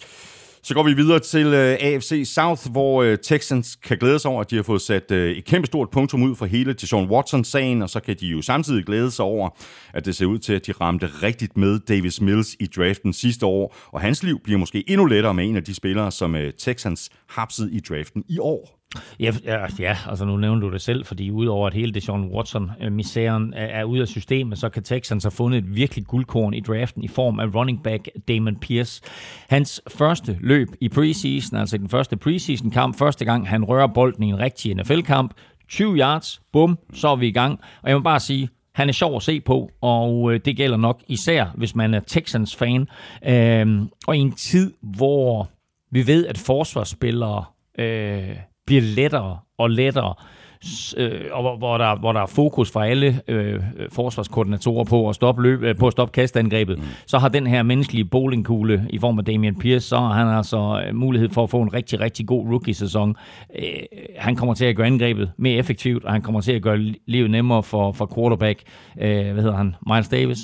A: Så går vi videre til uh, A F C South, hvor uh, Texans kan glæde sig over, at de har fået sat uh, et kæmpe stort punktum ud for hele Deshaun Watson-sagen, og så kan de jo samtidig glæde sig over, at det ser ud til, at de ramte rigtigt med Davis Mills i draften sidste år, og hans liv bliver måske endnu lettere med en af de spillere, som uh, Texans hapsede i draften i år.
C: Ja, ja, ja, altså nu nævner du det selv, fordi udover at hele Deshaun Watson-misæren er, er ude af systemet, så kan Texans have fundet et virkelig guldkorn i draften i form af running back Damon Pierce. Hans første løb i preseason, altså den første preseason-kamp, første gang han rører bolden i en rigtig N F L-kamp, tyve yards, bum, så er vi i gang. Og jeg må bare sige, han er sjov at se på, og det gælder nok især, hvis man er Texans-fan. Øhm, og i en tid, hvor vi ved, at forsvarsspillere øh, bliver lettere og lettere, øh, og hvor der, hvor der er fokus fra alle øh, forsvarskoordinatorer på at stoppe, løb, øh, på at stoppe kastangrebet, mm. så har den her menneskelige bowlingkugle i form af Dameon Pierce, så har han altså mulighed for at få en rigtig, rigtig god rookie-sæson. Øh, han kommer til at gøre angrebet mere effektivt, og han kommer til at gøre livet nemmere for, for quarterback. Øh, hvad hedder han? Miles Davis?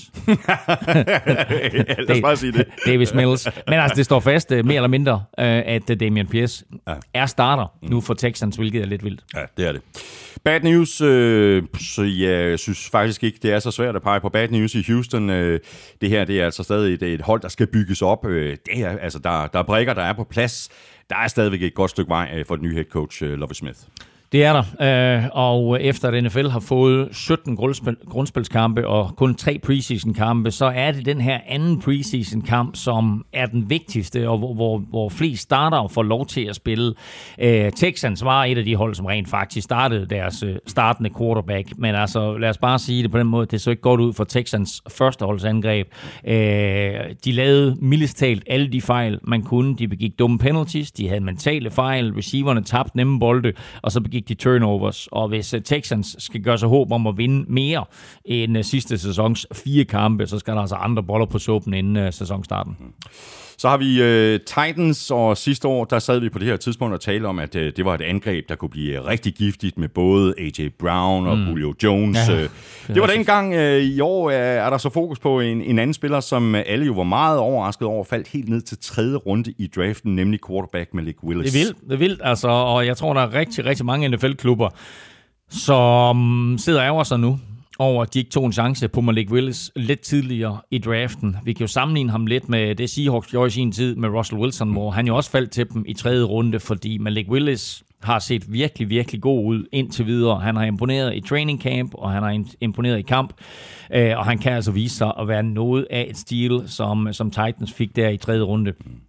A: Lad os bare sige det.
C: Davis Mills. Men altså, det står fast øh, mere eller mindre, øh, at Dameon Pierce ja. er starter nu for Texans, hvilket er lidt vildt.
A: Ja, det er det. Bad news, øh, så ja, jeg synes faktisk ikke, det er så svært at pege på bad news i Houston. Øh, det her, det er altså stadig et, et hold, der skal bygges op. Øh, det er, altså, der, der er brikker, der er på plads. Der er stadigvæk et godt stykke vej for den nye head coach, øh, Lovie Smith.
C: Det er der, øh, og efter at N F L har fået sytten grundspil, grundspilskampe og kun tre preseason-kampe, så er det den her anden preseason-kamp, som er den vigtigste, og hvor, hvor, hvor flest starter får lov til at spille. Øh, Texans var et af de hold, som rent faktisk startede deres øh, startende quarterback, men altså lad os bare sige det på den måde, det så ikke godt ud for Texans førsteholdsangreb. Øh, de lavede mildest talt alle de fejl, man kunne. De begik dumme penalties, de havde mentale fejl, receiverne tabte nemme bolde, og så begik de turnovers, og hvis Texans skal gøre sig håb om at vinde mere end sidste sæsons fire kampe, så skal der altså andre boller på suppen inden sæsonstarten.
A: Så har vi uh, Titans, og sidste år, der sad vi på det her tidspunkt og talte om, at uh, det var et angreb, der kunne blive rigtig giftigt med både A J Brown og mm. Julio Jones. Ja, det, det var dengang. Uh, I år uh, er der så fokus på en, en anden spiller, som alle jo var meget overrasket over, faldt helt ned til tredje runde i draften, nemlig quarterback Malik Willis.
C: Det er vildt, det er vildt altså, og jeg tror, der er rigtig, rigtig mange N F L-klubber, som sidder over sig nu, over at de ikke tog en chance på Malik Willis lidt tidligere i draften. Vi kan jo sammenligne ham lidt med det Seahawks gjorde i sin tid med Russell Wilson, hvor han jo også faldt til dem i tredje runde, fordi Malik Willis har set virkelig, virkelig god ud indtil videre. Han har imponeret i training camp, og han har imponeret i kamp, og han kan altså vise sig at være noget af et stil, som, som Titans fik der i tredje runde.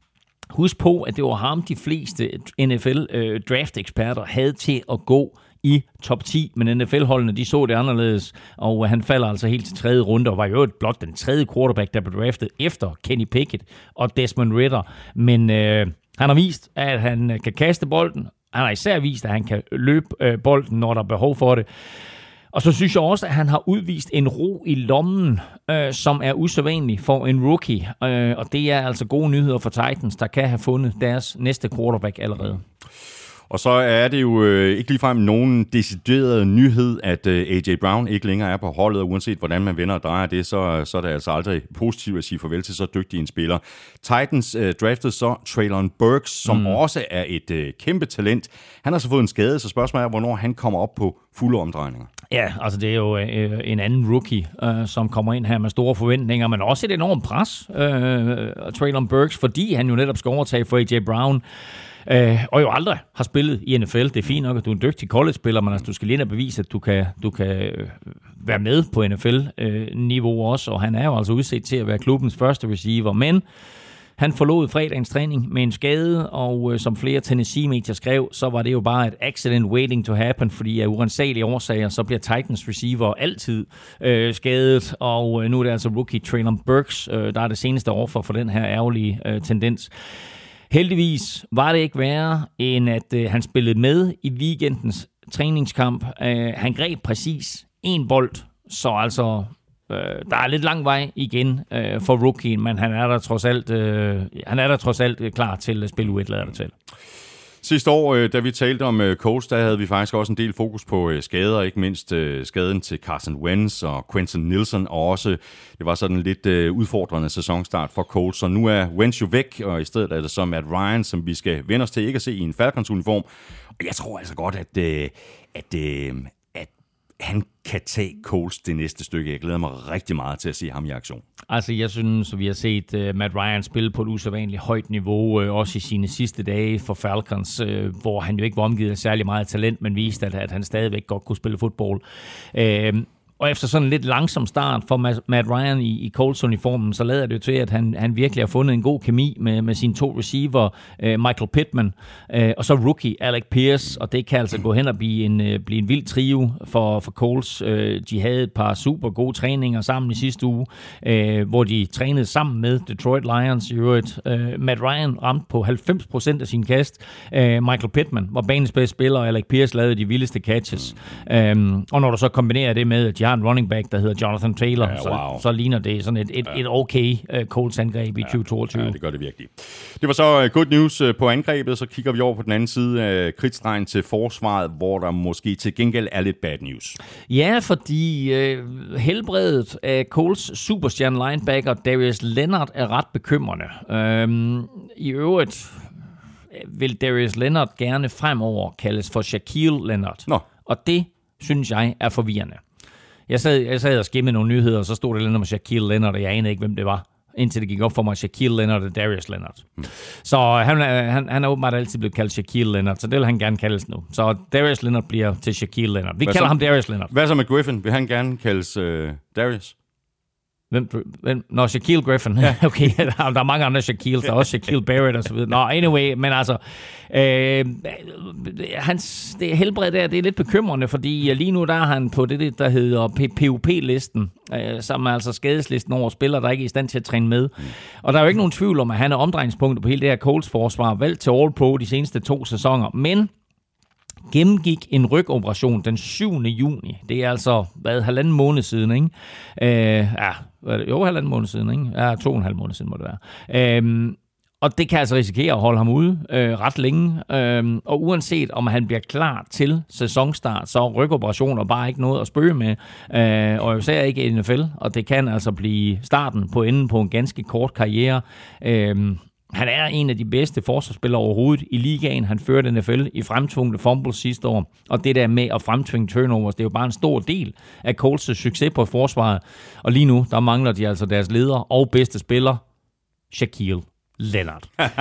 C: Husk på, at det var ham, de fleste N F L-draft-eksperter havde til at gå i top ti, men N F L-holdene, de så det anderledes, og han falder altså helt til tredje runde, og var jo blot den tredje quarterback, der blev draftet efter Kenny Pickett og Desmond Ridder. Men øh, han har vist, at han kan kaste bolden. Han har især vist, at han kan løbe øh, bolden, når der er behov for det. Og så synes jeg også, at han har udvist en ro i lommen, øh, som er usædvanlig for en rookie. Øh, og det er altså gode nyheder for Titans, der kan have fundet deres næste quarterback allerede.
A: Og så er det jo øh, ikke ligefrem nogen decideret nyhed, at øh, A J Brown ikke længere er på holdet, og uanset hvordan man vender og drejer det, så, så er det altså aldrig positivt at sige farvel til så dygtig en spiller. Titans øh, draftede så Traylon Burks, som mm. også er et øh, kæmpe talent. Han har så fået en skade, så spørgsmålet er, hvornor han kommer op på fulde omdrejninger.
C: Ja, altså det er jo øh, en anden rookie, øh, som kommer ind her med store forventninger, men også et enormt pres, øh, Traylon Burks, fordi han jo netop skal overtage for A J Brown. Øh, og jo aldrig har spillet i N F L. Det er fint nok, at du er en dygtig college-spiller, men altså, du skal lige ind og bevise, at du kan, du kan øh, være med på N F L-niveau øh, også, og han er jo altså udset til at være klubbens første receiver, men han forlod fredagens træning med en skade, og øh, som flere Tennessee-medier skrev, så var det jo bare et accident waiting to happen, fordi af urensagelige årsager, så bliver Titans receiver altid øh, skadet, og øh, nu er det altså rookie Traylon Burks, øh, der er det seneste offer for den her ærgerlige øh, tendens. Heldigvis var det ikke værre, end at øh, han spillede med i weekendens træningskamp. Øh, han greb præcis en bold, så altså øh, der er lidt lang vej igen øh, for rookien, men han er der trods alt, øh, han er der trods alt klar til at spille U et, lader det til.
A: Sidste år, da vi talte om Colts, der havde vi faktisk også en del fokus på skader, ikke mindst skaden til Carson Wentz og Quentin Nelson, og også det var sådan en lidt udfordrende sæsonstart for Colts, så nu er Wentz jo væk, og i stedet er det så Matt Ryan, som vi skal vende os til ikke at se i en Falcons-uniform. Og jeg tror altså godt, at, at, at han kan tage Colts det næste stykke. Jeg glæder mig rigtig meget til at se ham i aktion.
C: Altså, jeg synes, vi har set uh, Matt Ryan spille på et usædvanligt højt niveau, uh, også i sine sidste dage for Falcons, uh, hvor han jo ikke var omgivet af særlig meget talent, men viste, at, at han stadigvæk godt kunne spille fodbold. Uh, Og efter sådan en lidt langsom start for Matt Ryan i, i Colts-uniformen, så lader det jo til, at han, han virkelig har fundet en god kemi med, med sine to receiver, øh, Michael Pittman, øh, og så rookie Alec Pierce, og det kan altså gå hen og blive en, øh, blive en vild trio for, for Colts. Øh, de havde et par super gode træninger sammen i sidste uge, øh, hvor de trænede sammen med Detroit Lions i øvrigt. Øh, Matt Ryan ramte på halvfems procent af sin kast. Øh, Michael Pittman var banens bedste spiller, og Alec Pierce lavede de vildeste catches. Øh, og når du så kombinerer det med, at de har en running back, der hedder Jonathan Taylor, ja, wow. så, så ligner det sådan et, et, et okay uh, Colts angreb i ja, tyve toogtyve.
A: Ja, det gør det virkelig. Det var så uh, good news uh, på angrebet, så kigger vi over på den anden side af uh, kridtstregen til forsvaret, hvor der måske til gengæld er lidt bad news.
C: Ja, fordi uh, helbredet af Colts superstjerne linebacker Darius Leonard er ret bekymrende. Uh, I øvrigt vil Darius Leonard gerne fremover kaldes for Shaquille Leonard. Nå. Og det synes jeg er forvirrende. Jeg sad, jeg sad og skimmede nogle nyheder, og så stod der lidt om Shaquille Leonard, og jeg anede ikke, hvem det var. indtil det gik op for mig, Shaquille Leonard og Darius Leonard. Mm. Så han, han, han er åbenbart altid blevet kaldt Shaquille Leonard, så det vil han gerne kaldes nu. Så Darius Leonard bliver til Shaquille Leonard. Vi
A: hvad
C: kalder
A: så,
C: ham Darius Leonard.
A: Hvad så med Griffin? Vil han gerne kaldes uh, Darius?
C: Hvem, hvem? Nå, Shaquille Griffin. Ja. Okay, der er, der er mange andre Shaquille. Der er også Shaquille Barrett og så videre. Nå, anyway, men altså, øh, hans det helbred der, det er lidt bekymrende, fordi lige nu der er han på det, der hedder P O P-listen, øh, som er altså skadeslisten over spillere, der ikke er i stand til at træne med. Mm. Og der er jo ikke nogen tvivl om, at han er omdrejningspunktet på hele det her Colts-forsvar, valgt til All-Pro de seneste to sæsoner, men gennemgik en rygoperation den syvende juni. Det er altså, hvad, halvanden måned siden, ikke? Øh, ja, jo, halvanden måned siden, ikke? Ja, to og en halv måned siden må det være. Øh, og det kan altså risikere at holde ham ude øh, ret længe. Øh, og uanset om han bliver klar til sæsonstart, så er rygoperationer bare ikke noget at spøge med. Øh, og især ikke i N F L, og det kan altså blive starten på enden på en ganske kort karriere. Øh, Han er en af de bedste forsvarsspillere overhovedet i ligaen. Han førte N F L i fremtvungne fumbles sidste år. Og det der med at fremtvinge turnovers, det er jo bare en stor del af Colts' succes på forsvaret. Og lige nu, der mangler de altså deres leder og bedste spiller, Shaquille Leonard.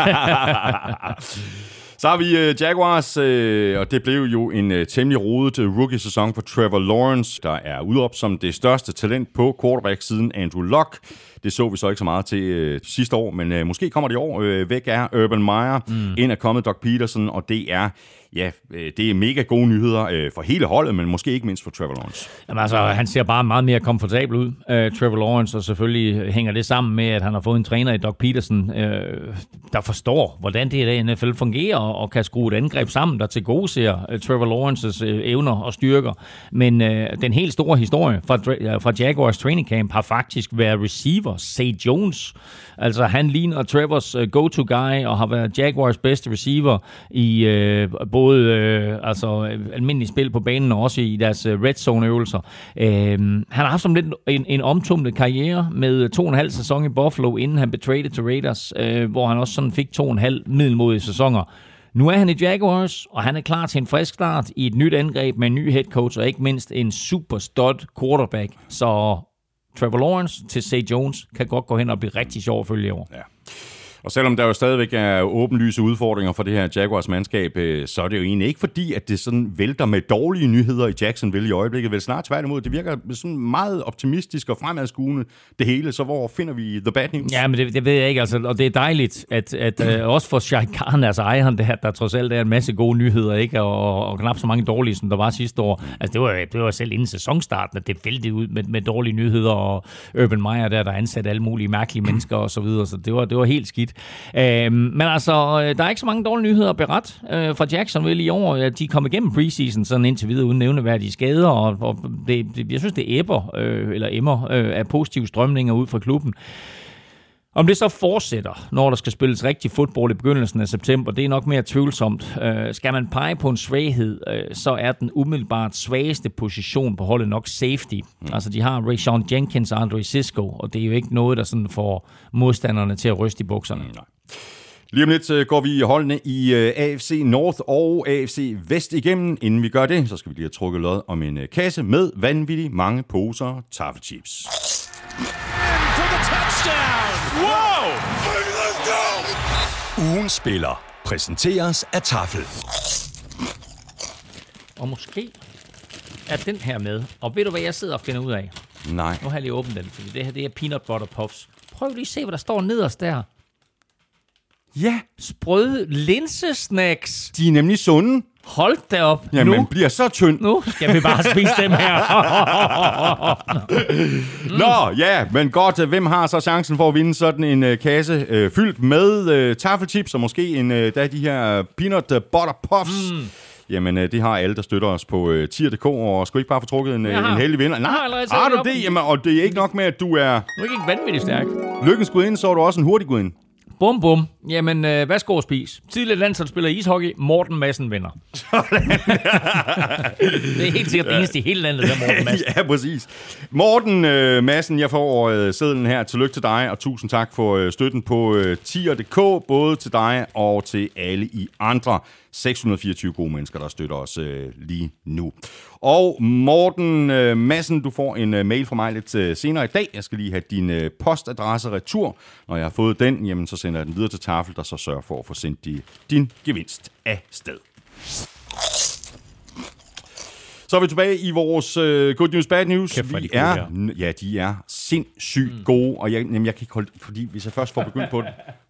A: Så har vi uh, Jaguars, uh, og det blev jo en uh, temmelig rodet uh, rookie-sæson for Trevor Lawrence, der er udråbt som det største talent på quarterback siden Andrew Luck. Det så vi så ikke så meget til uh, sidste år, men uh, måske kommer det i år. Uh, væk er Urban Meyer, mm. ind er kommet Doug Peterson, og det er ja, det er mega gode nyheder øh, for hele holdet, men måske ikke mindst for Trevor Lawrence.
C: Jamen altså, han ser bare meget mere komfortabel ud, øh, Trevor Lawrence, og selvfølgelig hænger det sammen med, at han har fået en træner i Doug Peterson, øh, der forstår, hvordan det i N F L fungerer, og kan skrue et angreb sammen, der til gode ser øh, Trevor Lawrences øh, evner og styrker. Men øh, den helt store historie fra, fra Jaguars training camp har faktisk været receiver, Zay Jones. Altså, han ligner Trevors øh, go-to-guy, og har været Jaguars bedste receiver i øh, både både øh, altså, almindelige spil på banen og også i deres øh, red zone-øvelser. Øh, han har haft som lidt en, en omtumlet karriere med to og en halv sæson i Buffalo, inden han blev traded til Raiders, øh, hvor han også sådan fik to og en halv middelmodige sæsoner. Nu er han i Jaguars, og han er klar til en frisk start i et nyt angreb med en ny head coach, og ikke mindst en super stud quarterback. Så Trevor Lawrence til Zay Jones kan godt gå hen og blive rigtig sjov at følge i år.
A: Ja. Og selvom der jo stadigvæk er åbenlyse udfordringer for det her Jaguars-mandskab, så er det jo egentlig ikke fordi, at det sådan vælter med dårlige nyheder i Jacksonville i øjeblikket. Vel snart tværtimod. Det virker sådan meget optimistisk og fremadskuende, det hele. Så hvor finder vi the bad news?
C: Ja, men det, det ved jeg ikke. Altså, og det er dejligt, at, at øh, også for Shai Khan, altså ejeren, der, der trods alt er en masse gode nyheder, ikke? Og, og knap så mange dårlige, som der var sidste år. Altså, det var, det var selv inden sæsonstarten, at det væltede ud med, med dårlige nyheder, og Urban Meyer der, der ansatte alle mulige mærkelige mennesker og så videre. Så det var, det var helt skidt. Øh, men altså, der er ikke så mange dårlige nyheder at berette øh, fra Jacksonville i år. De kom igennem preseason sådan indtil videre uden nævneværdige skader, og, og det, det, jeg synes, det æbber, øh, eller emmer øh, af positive strømninger ud fra klubben. Om det så fortsætter, når der skal spilles rigtig fodbold i begyndelsen af september, det er nok mere tvivlsomt. Øh, skal man pege på en svaghed, øh, så er den umiddelbart svageste position på holdet nok safety. Mm. Altså, de har Rayshawn Jenkins og Andre Cisco, og det er jo ikke noget, der sådan får modstanderne til at ryste i bukserne. Mm, nej.
A: Lige om lidt går vi holdene i A F C North og A F C Vest igennem. Inden vi gør det, så skal vi lige have trukket lod om en kasse med vanvittigt mange poser taffelchips.
E: Wow! Ugens spiller præsenteres af Tafel.
C: Og måske er den her med. Og ved du, hvad jeg sidder og finder ud af?
A: Nej.
C: Nu har jeg lige åbnet den, fordi det her det er peanut butter puffs. Prøv lige at se, hvad der står nederst der.
A: Ja.
C: Sprøde linsesnacks.
A: De er nemlig sunde.
C: Hold da op.
A: Ja, man
C: nu,
A: bliver så tynd.
C: Nu skal vi bare spise dem her.
A: mm. Nå, ja, men godt. Hvem har så chancen for at vinde sådan en uh, kasse uh, fyldt med uh, taffelchips og måske en, uh, der de her peanut butter puffs? Mm. Jamen, uh, det har alle, der støtter os på uh, tier punktum d k, og skal ikke bare få trukket en, uh, en heldig vinder? Nej, har, har du det? Jamen, og det er ikke nok med, at du er...
C: Du er ikke vanvittigt stærk.
A: Lykkens gudinde, så er du også en hurtig gudinde.
C: Bum, bum. Jamen, øh, værsgo at spise. Tidligere landsholdsspiller i ishockey, Morten Madsen vinder. Det er helt sikkert det eneste i hele landet, der Morten Madsen.
A: Ja, præcis. Morten øh, Madsen, jeg får øh, sedlen her. Tillykke til dig, og tusind tak for øh, støtten på øh, tier punktum d k, både til dig og til alle I andre seks hundrede og fireogtyve gode mennesker, der støtter os øh, lige nu. Og Morten øh, Madsen, du får en øh, mail fra mig lidt øh, senere i dag. Jeg skal lige have din øh, postadresse retur. Når jeg har fået den, jamen, så sender jeg den videre til Tafel, der så sørger for at få sendt di, din gevinst af sted. Så er vi tilbage i vores uh, Good News, Bad News.
C: Kæft,
A: vi
C: de
A: er,
C: gode,
A: ja, de er sindssygt mm. gode, og jeg, jamen, jeg kan ikke holde, fordi hvis jeg først får begyndt på det.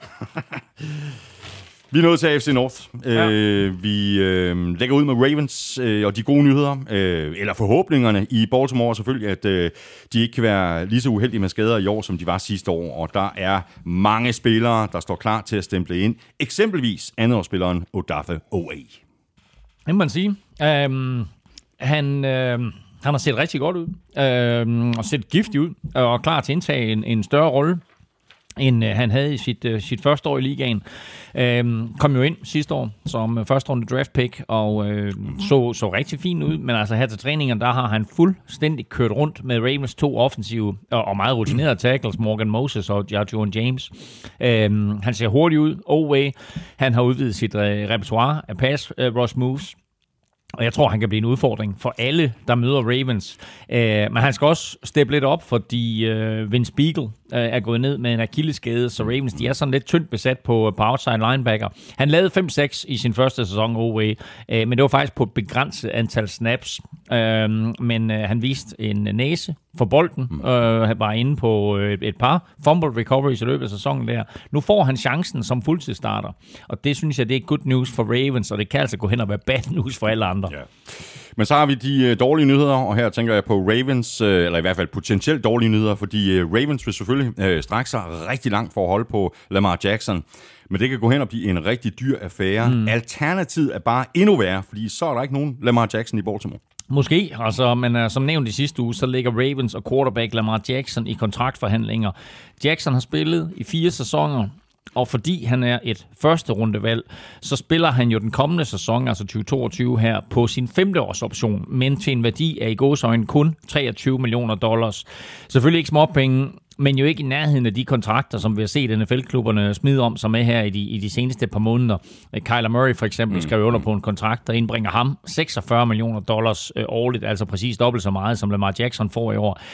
A: Vi er nået til A F C North. Ja. Øh, vi øh, lægger ud med Ravens øh, og de gode nyheder, øh, eller forhåbningerne i Baltimore selvfølgelig, at øh, de ikke kan være lige så uheldige med skader i år, som de var sidste år. Og der er mange spillere, der står klar til at stemple ind. Eksempelvis andenårsspilleren Odafe O A.
C: Det må man sige. Um, han, øh, han har set rigtig godt ud, øh, og set giftig ud, og klar til at indtage en, en større rolle, end øh, han havde i sit, øh, sit første år i ligaen. Øhm, kom jo ind sidste år som første runde draft pick, og øh, så, så rigtig fint ud, men altså her til træningen, der har han fuldstændig kørt rundt med Ravens to offensive og, og meget rutinerede tackles, Morgan Moses og Jajuan James. Øhm, han ser hurtigt ud, Oway. Han har udvidet sit øh, repertoire af pass øh, rush moves, og jeg tror, han kan blive en udfordring for alle, der møder Ravens. Øh, men han skal også steppe lidt op, fordi øh, Vince Beagle øh, er gået ned med en akillesskade, så Ravens de er sådan lidt tyndt besat på, på outside linebacker. Han lavede fem seks i sin første sæson, O A, øh, men det var faktisk på et begrænset antal snaps. Øh, men øh, han viste en næse for bolden, øh, var inde på et, et par fumble recoveries i løbet af sæsonen der. Nu får han chancen som fuldtidsstarter, og det synes jeg, det er good news for Ravens, og det kan altså gå hen og være bad news for alle andre. Ja.
A: Men så har vi de uh, dårlige nyheder, og her tænker jeg på Ravens, uh, eller i hvert fald potentielt dårlige nyheder, fordi uh, Ravens vil selvfølgelig uh, strække sig rigtig langt for at holde på Lamar Jackson, men det kan gå hen og blive en rigtig dyr affære. Mm. Alternativet er bare endnu værre, fordi så er der ikke nogen Lamar Jackson i Baltimore.
C: Måske, altså, men uh, som nævnt i sidste uge, så ligger Ravens og quarterback Lamar Jackson i kontraktforhandlinger. Jackson har spillet i fire sæsoner, og fordi han er et første rundevalg, så spiller han jo den kommende sæson, altså tyve toogtyve her, på sin femte års option, men til en værdi af i gåseøjne kun treogtyve millioner dollars. Selvfølgelig ikke småpenge, men jo ikke i nærheden af de kontrakter, som vi har set N F L-klubberne smide om sig med her i de, i de seneste par måneder. Kyler Murray for eksempel skrev under på en kontrakt, der indbringer ham seksogfyrre millioner dollars øh, årligt, altså præcis dobbelt så meget, som Lamar Jackson får i år.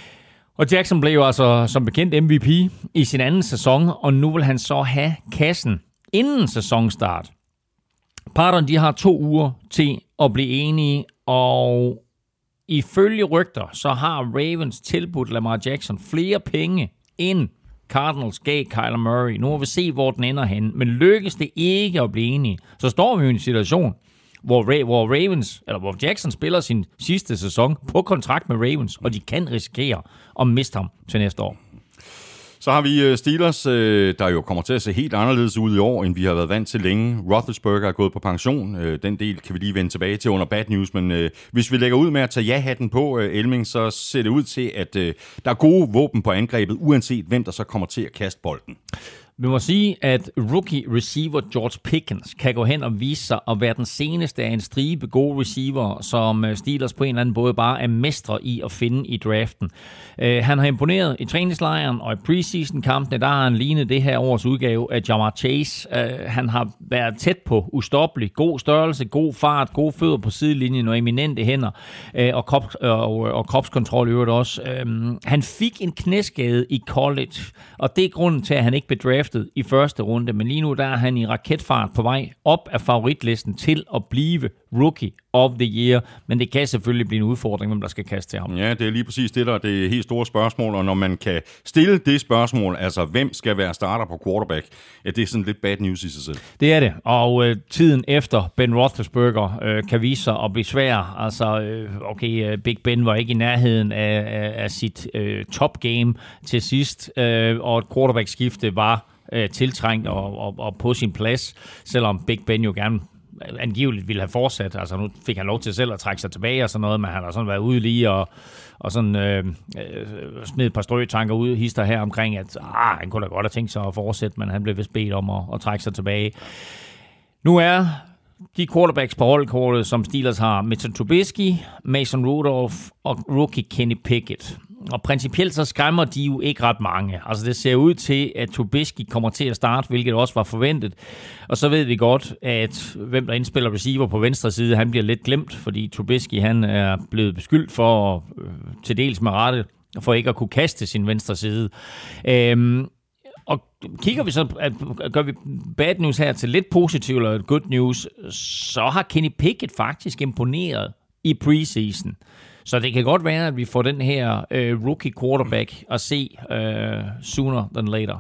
C: Og Jackson blev jo altså som bekendt M V P i sin anden sæson, og nu vil han så have kassen inden sæsonstart. Parterne de har to uger til at blive enige, og ifølge rygter, så har Ravens tilbudt Lamar Jackson flere penge end Cardinals gav Kyler Murray. Nu må vi se, hvor den ender hen. Men lykkes det ikke at blive enige, så står vi jo i en situation, hvor, Ra- hvor Ravens, eller hvor Jackson spiller sin sidste sæson på kontrakt med Ravens, og de kan risikere at miste ham til næste år.
A: Så har vi Steelers, der jo kommer til at se helt anderledes ud i år, end vi har været vant til længe. Roethlisberger er gået på pension. Den del kan vi lige vende tilbage til under bad news, men hvis vi lægger ud med at tage ja-hatten på, Elming, så ser det ud til, at der er gode våben på angrebet, uanset hvem der så kommer til at kaste bolden.
C: Vi må sige, at rookie receiver George Pickens kan gå hen og vise sig at være den seneste af en stribe gode receiver, som Steelers på en eller anden måde bare er mestre i at finde i draften. Uh, han har imponeret i træningslejren og i preseason-kampene, der har han lignet det her års udgave af Jamar Chase. Uh, han har været tæt på ustoppelig, god størrelse, god fart, gode fødder på sidelinjen og eminente hænder, uh, og, krop, uh, og, og kropskontrol i øvrigt også. Uh, han fik en knæskade i college, og det er grunden til, at han ikke blev draftet i første runde, men lige nu der er han i raketfart på vej op af favoritlisten til at blive Rookie of the Year, men det kan selvfølgelig blive en udfordring, hvem der skal kaste til ham.
A: Ja, det er lige præcis det, der er det helt store spørgsmål, og når man kan stille det spørgsmål, altså hvem skal være starter på quarterback, ja, det er sådan lidt bad news i sig selv.
C: Det er det, og øh, tiden efter Ben Roethlisberger øh, kan vise sig at blive svær. Altså, øh, okay, øh, Big Ben var ikke i nærheden af, af, af sit øh, top game til sidst, øh, og et quarterback-skifte var øh, tiltrængt og, og, og på sin plads, selvom Big Ben jo gerne angiveligt ville have fortsat. Altså nu fik han lov til selv at trække sig tilbage og sådan noget, men han har sådan været ude lige og, og sådan øh, øh, smidt et par strøtanker ud, hister her omkring, at ah, han kunne da godt have tænkt sig at fortsætte, men han blev vist bedt om at, at trække sig tilbage. Nu er de quarterbacks på holdkortet, som Steelers har, Mitchell Trubisky, Mason Rudolph og rookie Kenny Pickett. Og principielt så skræmmer de jo ikke ret mange. Altså det ser ud til, at Trubisky kommer til at starte, hvilket også var forventet. Og så ved vi godt, at hvem der indspiller receiver på venstre side, han bliver lidt glemt, fordi Trubisky han er blevet beskyldt for, øh, til dels med rette, for ikke at kunne kaste sin venstre side. Øhm, Og kigger vi så, at gør vi bad news her til lidt positivt eller good news, så har Kenny Pickett faktisk imponeret i preseason. Så det kan godt være, at vi får den her uh, rookie quarterback at se uh, sooner than later.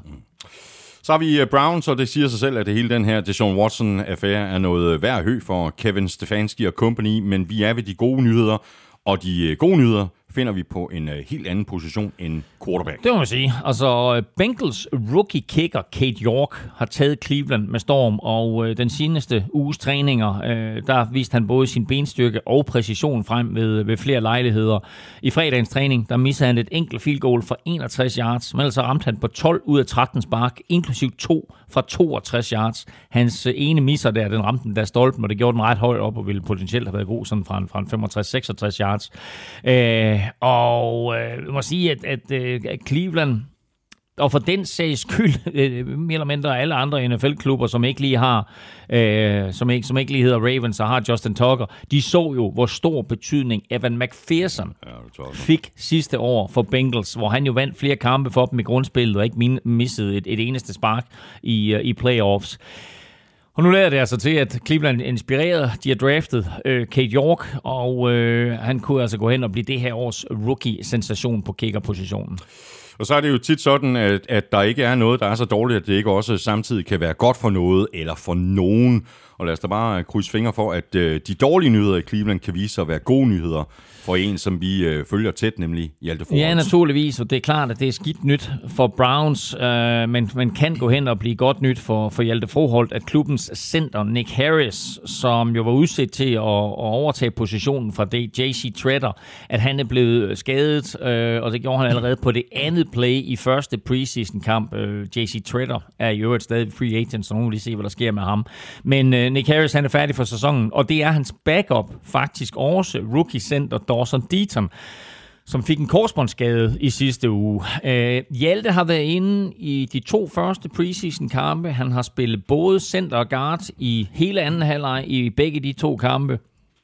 A: Så har vi Browns, og det siger sig selv, at det hele den her Deshaun Watson-affære er noget værd hø for Kevin Stefanski og company, men vi er ved de gode nyheder, og de gode nyheder finder vi på en helt anden position end quarterback.
C: Det må man sige. Altså, Bengals rookie kicker Cade York har taget Cleveland med storm, og øh, den seneste uges træninger, øh, der viste han både sin benstyrke og præcision frem ved, ved flere lejligheder. I fredagens træning, der missede han et enkelt field goal for enogtres yards, men ellers ramte han på tolv ud af tretten spark, inklusiv to fra toogtres yards. Hans øh, ene misser der, den ramte den der stolpen, og det gjorde den ret højt op, og ville potentielt have været god sådan fra en, fra en femogtres seksogtres yards. Øh, Og øh, jeg må sige, at, at, at Cleveland, og for den sags skyld, øh, mere eller mindre alle andre N F L-klubber, som ikke lige har, øh, som, ikke, som ikke lige hedder Ravens og har Justin Tucker, de så jo, hvor stor betydning Evan McPherson ja, fik sidste år for Bengals, hvor han jo vandt flere kampe for dem i grundspillet, og ikke min, missede et, et eneste spark i, i playoffs. Og nu lader det altså til, at Cleveland er inspireret. De har draftet øh, Cade York, og øh, han kunne altså gå hen og blive det her års rookie-sensation på kickerpositionen.
A: Og så er det jo tit sådan, at, at der ikke er noget, der er så dårligt, at det ikke også samtidig kan være godt for noget eller for nogen. Og lad os da bare krydse fingre for, at øh, de dårlige nyheder i Cleveland kan vise sig at være gode nyheder for en, som vi øh, følger tæt, nemlig Hjalte Froholt.
C: Ja, naturligvis, og det er klart, at det er skidt nyt for Browns, øh, men man kan gå hen og blive godt nyt for, for Hjalte Froholt, at klubbens center Nick Harris, som jo var udsat til at, at overtage positionen fra J C Tretter, at han er blevet skadet, øh, og det gjorde han allerede på det andet play i første preseason-kamp. Øh, J C Tretter er i øvrigt stadig free agent, så nu må vi se, hvad der sker med ham. Men øh, Nick Harris, han er færdig for sæsonen, og det er hans backup, faktisk også rookie-center Dawson Deaton, som fik en korsbåndsskade i sidste uge. Øh, Hjalte har været inde i de to første preseason-kampe. Han har spillet både center og guard i hele anden halvleg i begge de to kampe.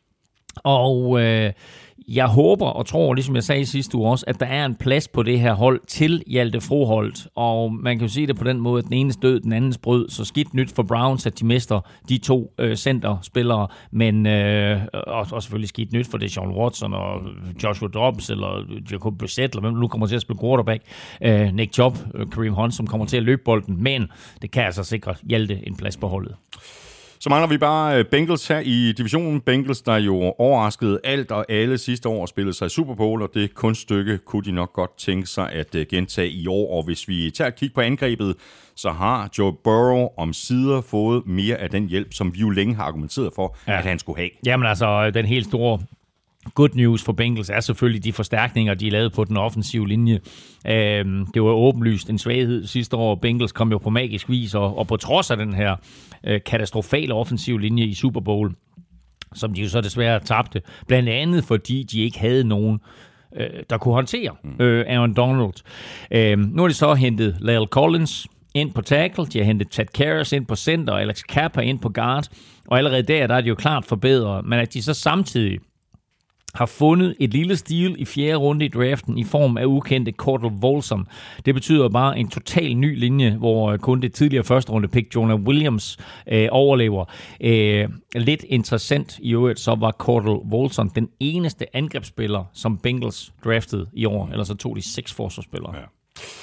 C: Og øh, jeg håber og tror, ligesom jeg sagde sidste uge også, at der er en plads på det her hold til Hjalte Froholt. Og man kan jo sige det på den måde, at den enes død, den andens brød. Så skidt nyt for Browns, at de mister de to øh, centerspillere. Men øh, og, og selvfølgelig skidt nyt for Deshaun Watson og Joshua Dobbs eller Jacob Brissett, eller hvem nu kommer til at spille quarterback. Øh, Nick Chubb, Kareem Hunt, som kommer til at løbe bolden. Men det kan altså sikre Hjalte en plads på holdet.
A: Så mangler vi bare Bengals her i divisionen. Bengals, der jo overraskede alt og alle sidste år og spillede sig i Super Bowl, og det kunststykke kunne de nok godt tænke sig at gentage i år. Og hvis vi tager et kig på angrebet, så har Joe Burrow omsider fået mere af den hjælp, som vi jo længe har argumenteret for, ja. at han skulle have.
C: Jamen altså, den helt store good news for Bengals er selvfølgelig de forstærkninger, de lavede på den offensive linje. Øhm, det var åbenlyst en svaghed sidste år. Bengals kom jo på magisk vis, og, og på trods af den her øh, katastrofale offensive linje i Super Bowl, som de jo så desværre tabte, blandt andet fordi de ikke havde nogen, øh, der kunne håndtere øh, Aaron Donald. Øh, nu har de så hentet La'el Collins ind på tackle, de har hentet Ted Karras ind på center, og Alex Kappa ind på guard, og allerede der, der er de jo klart forbedret, men at de så samtidig har fundet et lille stil i fjerde runde i draften i form af ukendte Cordell Volson. Det betyder bare en total ny linje, hvor kun det tidligere første runde pick Jonah Williams øh, overlever. Øh, lidt interessant i øvrigt, så var Cordell Volson den eneste angrebsspiller, som Bengals draftede i år. Ellers så tog de seks forsvarsspillere. Ja.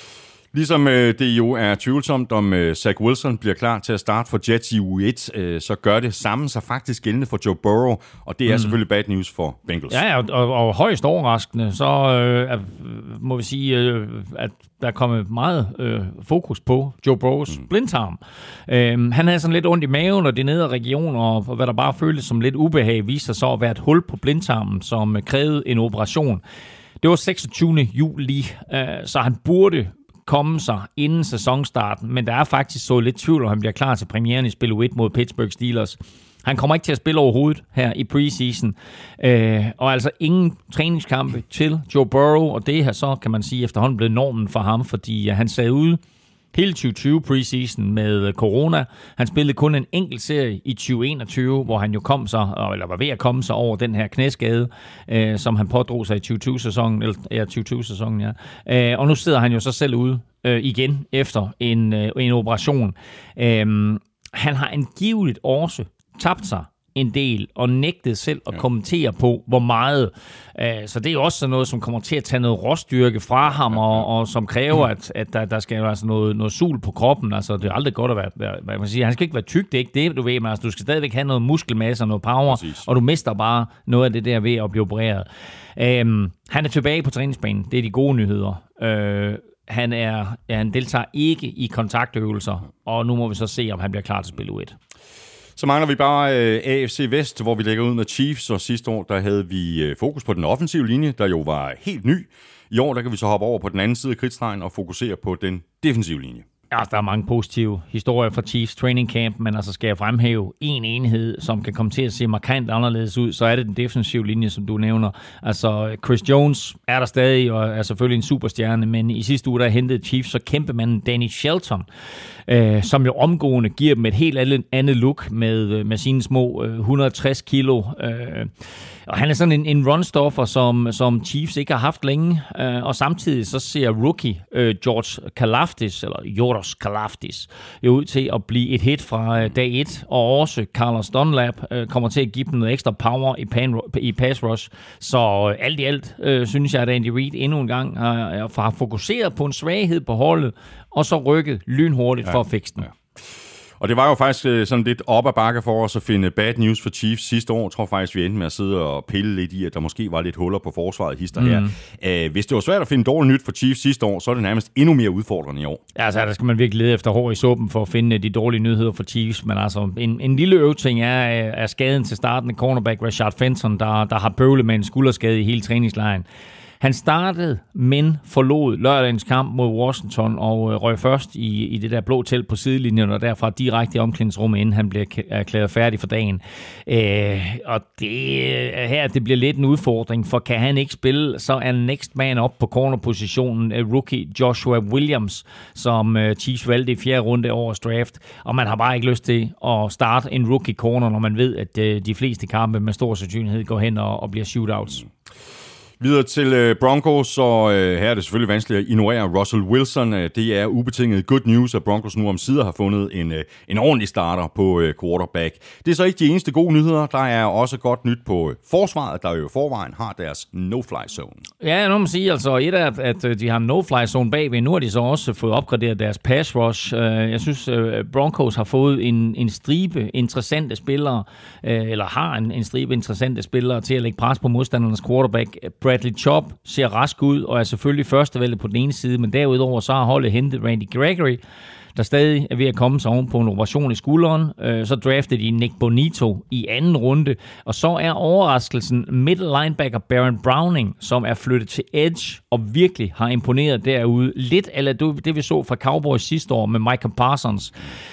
A: Ligesom øh, det jo er tvivlsomt, om øh, Zach Wilson bliver klar til at starte for Jets i U et, øh, så gør det samme sig faktisk gældende for Joe Burrow, og det er mm. selvfølgelig bad news for Bengals.
C: Ja, og, og, og højst overraskende, så øh, må vi sige, øh, at der er kommet meget øh, fokus på Joe Burrows mm. blindtarm. Øh, han havde sådan lidt ondt i maven, og det nedre region, og hvad der bare føltes som lidt ubehag, viste sig så at være et hul på blindtarmen, som krævede en operation. Det var seksogtyvende juli, øh, så han burde komme sig inden sæsonstarten, men der er faktisk så lidt tvivl, om han bliver klar til premieren i spil U et mod Pittsburgh Steelers. Han kommer ikke til at spille overhovedet her i preseason, øh, og altså ingen træningskampe til Joe Burrow, og det her så, kan man sige, efterhånden blevet normen for ham, fordi han sad ude hele tyve tyve preseason med corona. Han spillede kun en enkelt serie i tyve enogtyve, hvor han jo kom sig, eller var ved at komme sig over den her knæskade, øh, som han pådrog sig i tyve tyve-sæsonen, eller ja, tyve tyve-sæsonen, ja. Øh, og nu sidder han jo så selv ude øh, igen efter en, øh, en operation. Øh, han har angiveligt også tabt sig en del, og nægtet selv at kommentere på, hvor meget. Så det er jo også sådan noget, som kommer til at tage noget råstyrke fra ham, og, og som kræver, at, at der, der skal være altså noget, noget sul på kroppen. Altså, det er aldrig godt at være, være, hvad man siger. Han skal ikke være tyk, det er ikke det, du ved, men altså, du skal stadigvæk have noget muskelmasse og noget power, Præcis. Og du mister bare noget af det der ved at blive opereret. Øhm, han er tilbage på træningsbanen. Det er de gode nyheder. Øh, han, er, ja, han deltager ikke i kontaktøvelser, og nu må vi så se, om han bliver klar til at spille U et.
A: Så mangler vi bare øh, A F C Vest, hvor vi lægger ud med Chiefs, og sidste år der havde vi øh, fokus på den offensive linje, der jo var helt ny. I år der kan vi så hoppe over på den anden side af kridtstregen og fokusere på den defensive linje.
C: Ja, der er mange positive historier fra Chiefs training camp, men altså skal jeg fremhæve en enhed, som kan komme til at se markant anderledes ud, så er det den defensive linje, som du nævner. Altså Chris Jones er der stadig, og er selvfølgelig en superstjerne, men i sidste uge der hentede Chiefs så kæmpe manden Danny Shelton, øh, som jo omgående giver dem et helt andet look med, med sine små øh, et hundrede og tres kilo. Øh, og han er sådan en, en runstoffer, som, som Chiefs ikke har haft længe, øh, og samtidig så ser rookie øh, George Karlaftis, eller George Karlaftis, jo ud til at blive et hit fra øh, dag et, og også Carlos Dunlap øh, kommer til at give dem noget ekstra power i, pan, i pass rush. Så øh, alt i alt øh, synes jeg, at Andy Reid endnu en gang har, har fokuseret på en svaghed på holdet, og så rykket lynhurtigt ja, for at fikse den. Ja.
A: Og det var jo faktisk sådan lidt op ad bakke for os at finde bad news for Chiefs sidste år. Jeg tror faktisk, vi endte med at sidde og pille lidt i, at der måske var lidt huller på forsvaret hister her. Mm. Hvis det var svært at finde dårligt nyt for Chiefs sidste år, så er det nærmest endnu mere udfordrende i år.
C: Ja, altså der skal man virkelig lede efter hår i suppen for at finde de dårlige nyheder for Chiefs. Men altså, en, en lille øvting er, er skaden til starten af cornerback Rashard Fenton, der, der har bøvlet med en skulderskade i hele træningslejren. Han startede, men forlod lørdagens kamp mod Washington og øh, røg først i, i det der blå telt på sidelinjen, og derfra direkte i omklædningsrummet, inden han blev erklæret færdig for dagen. Øh, og det her, det bliver lidt en udfordring, for kan han ikke spille, så er next man op på cornerpositionen øh, rookie Joshua Williams, som øh, Chiefs valgte i fjerde runde årets draft, og man har bare ikke lyst til at starte en rookie corner, når man ved, at øh, de fleste kampe med stor sandsynlighed går hen og, og bliver shootouts.
A: Videre til øh, Broncos, og øh, her er det selvfølgelig vanskeligt at ignorere Russell Wilson. Det er ubetinget good news, at Broncos nu omsider har fundet en, øh, en ordentlig starter på øh, quarterback. Det er så ikke de eneste gode nyheder. Der er også godt nyt på forsvaret, der jo i forvejen har deres no-fly zone.
C: Ja, nu må man sige, altså et er, at, at de har en no-fly zone bagved. Nu har de så også fået opgraderet deres pass rush. Jeg synes, Broncos har fået en, en stribe interessante spillere, eller har en, en stribe interessante spillere til at lægge pres på modstandernes quarterback. Bradley Chubb ser rask ud, og er selvfølgelig førstevalget på den ene side, men derudover så har holdet hentet Randy Gregory, der stadig er ved at komme sig oven på en operation i skulderen. Så draftede de Nick Bonito i anden runde, og så er overraskelsen middle linebacker Baron Browning, som er flyttet til edge og virkelig har imponeret derude. Lidt eller det vi så fra Cowboys sidste år med Micah Parsons.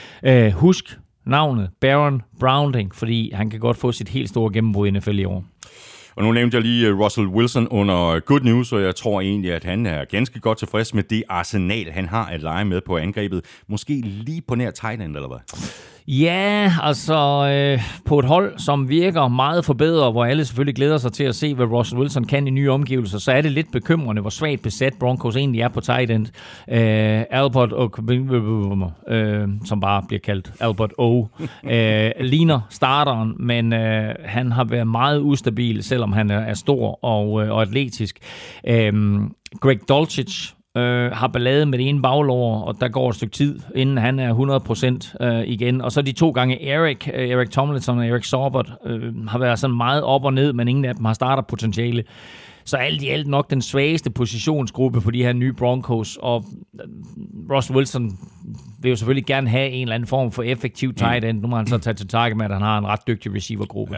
C: Husk navnet Baron Browning, fordi han kan godt få sit helt store gennembrud i N F L i år.
A: Og nu nævnte jeg lige Russell Wilson under good news, og jeg tror egentlig, at han er ganske godt tilfreds med det arsenal, han har at lege med på angrebet. Måske lige på nær tight end, eller hvad?
C: Ja, altså øh, på et hold, som virker meget forbedret, hvor alle selvfølgelig glæder sig til at se, hvad Russell Wilson kan i nye omgivelser, så er det lidt bekymrende, hvor svagt besat Broncos egentlig er på tight end. Øh, Albert O, øh, som bare bliver kaldt Albert O, øh, ligner starteren, men øh, han har været meget ustabil, selvom han er, er stor og, øh, og atletisk. Øh, Greg Dulcich øh, har ballade med det ene baglår, og der går et stykke tid, inden han er hundrede procent øh, igen. Og så de to gange Erik, øh, Erik Tomlinson og Erik Saubert øh, har været sådan meget op og ned, men ingen af dem har starterpotentiale. Så alt i alt nok den svageste positionsgruppe på de her nye Broncos, og Russell Wilson vil jo selvfølgelig gerne have en eller anden form for effektiv tight end. Nu må han så tage til takke med, at han har en ret dygtig receivergruppe.
A: Ja.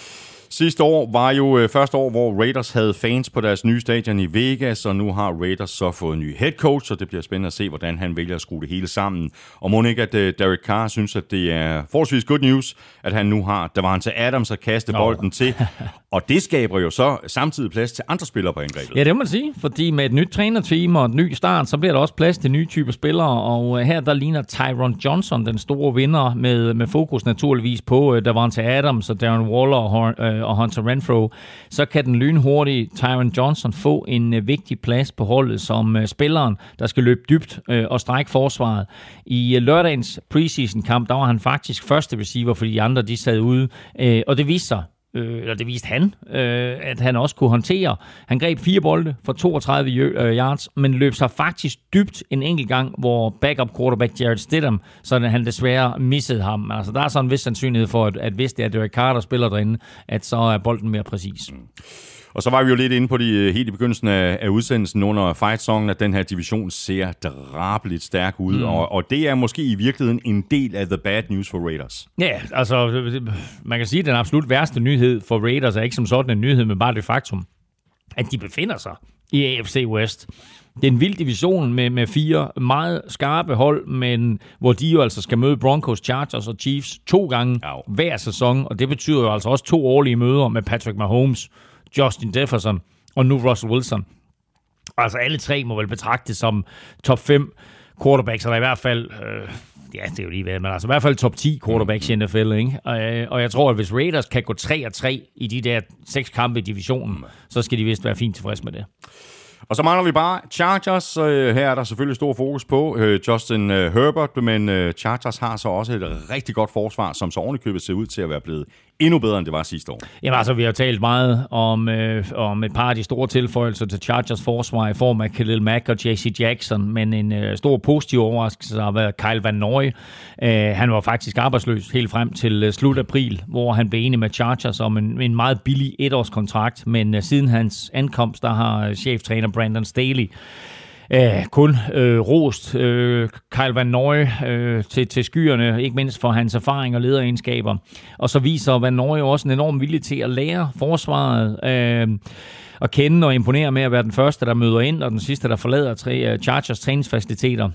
A: Sidste år var jo øh, første år, hvor Raiders havde fans på deres nye stadion i Vegas, og nu har Raiders så fået en ny head coach, så det bliver spændende at se, hvordan han vælger at skrue det hele sammen. Og må ikke, at øh, Derek Carr synes, at det er forholdsvis good news, at han nu har Davante Adams at kaste bolden oh. til, og det skaber jo så samtidig plads til andre spillere på angrebet.
C: Ja, det må man sige, fordi med et nyt trænerteam og et ny start, så bliver der også plads til nye typer spillere, og her der ligner Tyron Johnson den store vinder, med, med fokus naturligvis på øh, Davante Adams og Darren Waller og øh, og Hunter Renfrow, så kan den lynhurtige Tyron Johnson få en uh, vigtig plads på holdet som uh, spilleren, der skal løbe dybt uh, og strække forsvaret. I uh, lørdagens preseason-kamp, der var han faktisk første receiver, fordi de andre de sad ude, uh, og det viste sig, Øh, eller det viste han, øh, at han også kunne håndtere. Han greb fire bolde for toogtredive yards, men løb sig faktisk dybt en enkelt gang, hvor backup quarterback Jarrett Stidham, så han desværre missede ham. Altså, der er sådan en vis sandsynlighed for, at, at hvis det er Derek Carr, der spiller derinde, at så er bolden mere præcis. Mm.
A: Og så var vi jo lidt inde på de helt i begyndelsen af, af udsendelsen under Fight-songen, at den her division ser drabeligt stærk ud, mm. og, og det er måske i virkeligheden en del af the bad news for Raiders.
C: Ja, altså man kan sige, at den absolut værste nyhed for Raiders er ikke som sådan en nyhed, men bare det faktum, at de befinder sig i A F C West. Det er en vild division med, med fire meget skarpe hold, men hvor de jo altså skal møde Broncos, Chargers og Chiefs to gange ja. hver sæson, og det betyder jo altså også to årlige møder med Patrick Mahomes, Justin Jefferson og nu Russell Wilson. Altså alle tre må vel betragtes som top fem quarterbacks, eller i hvert fald, øh, ja det er jo lige ved, men altså i hvert fald top ti quarterbacks i N F L, ikke? Og, og jeg tror, at hvis Raiders kan gå tre og tre i de der seks kampe i divisionen, så skal de vist være fint tilfreds med det.
A: Og så mangler vi bare Chargers. Her er der selvfølgelig stor fokus på Justin Herbert, men Chargers har så også et rigtig godt forsvar, som så ovenikøbet ser ud til at være blevet endnu bedre, end det var sidste år.
C: Jamen altså, vi har talt meget om, øh, om et par af de store tilføjelser til Chargers forsvar i form af Khalil Mack og J C Jackson, men en øh, stor positiv overraskelse har været Kyle Van Noy. Øh, han var faktisk arbejdsløs helt frem til øh, slut april, hvor han blev enig med Chargers om en, en meget billig etårskontrakt, men øh, siden hans ankomst, der har øh, cheftræner Brandon Staley Uh, kun uh, rost uh, Kyle Van Noy uh, til, til skyerne, ikke mindst for hans erfaring og lederegenskaber. Og så viser Van Noy også en enorm vilje til at lære forsvaret uh, at kende og imponere med at være den første, der møder ind, og den sidste, der forlader tre, uh, Chargers træningsfaciliteter.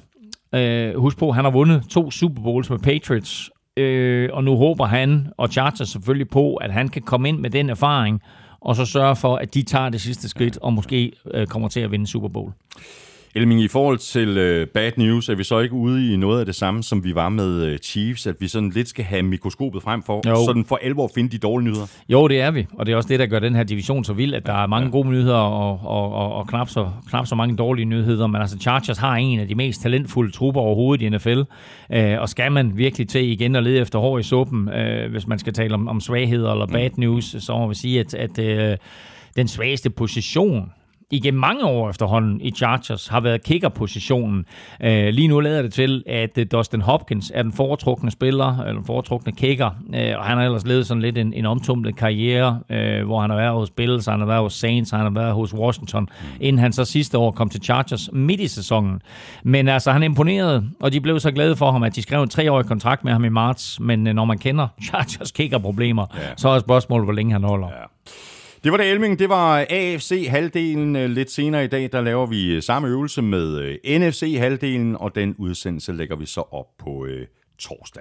C: Uh, husk på, han har vundet to Super Bowls med Patriots, uh, og nu håber han og Chargers selvfølgelig på, at han kan komme ind med den erfaring, og så sørge for, at de tager det sidste skridt, og måske uh, kommer til at vinde Super Bowl.
A: Elming, i forhold til uh, bad news, er vi så ikke ude i noget af det samme, som vi var med uh, Chiefs, at vi sådan lidt skal have mikroskopet frem for, jo. sådan for alvor at finde de dårlige nyheder?
C: Jo, det er vi, og det er også det, der gør den her division så vild, at der er mange ja. gode nyheder og, og, og, og knap, så, knap så mange dårlige nyheder, men altså Chargers har en af de mest talentfulde trupper overhovedet i N F L, uh, og skal man virkelig til igen at lede efter hår i suppen, uh, hvis man skal tale om, om svagheder eller bad news, så må vi sige, at, at uh, den svageste position igennem mange år efterhånden i Chargers har været kickerpositionen. Øh, lige nu lader det til, at Dustin Hopkins er den foretrukne spiller, eller den foretrukne kicker, øh, og han har ellers levet sådan lidt en, en omtumlet karriere, øh, hvor han har været hos Bills, han har været hos Saints, han har været hos Washington, inden han så sidste år kom til Chargers midt i sæsonen. Men altså, han imponerede, og de blev så glade for ham, at de skrev en treårig kontrakt med ham i marts, men øh, når man kender Chargers kickerproblemer, ja. så er spørgsmålet, hvor længe han holder. Ja.
A: Det var det, Elming. Det var A F C-halvdelen. Lidt senere i dag, der laver vi samme øvelse med N F C-halvdelen, og den udsendelse lægger vi så op på øh, torsdag.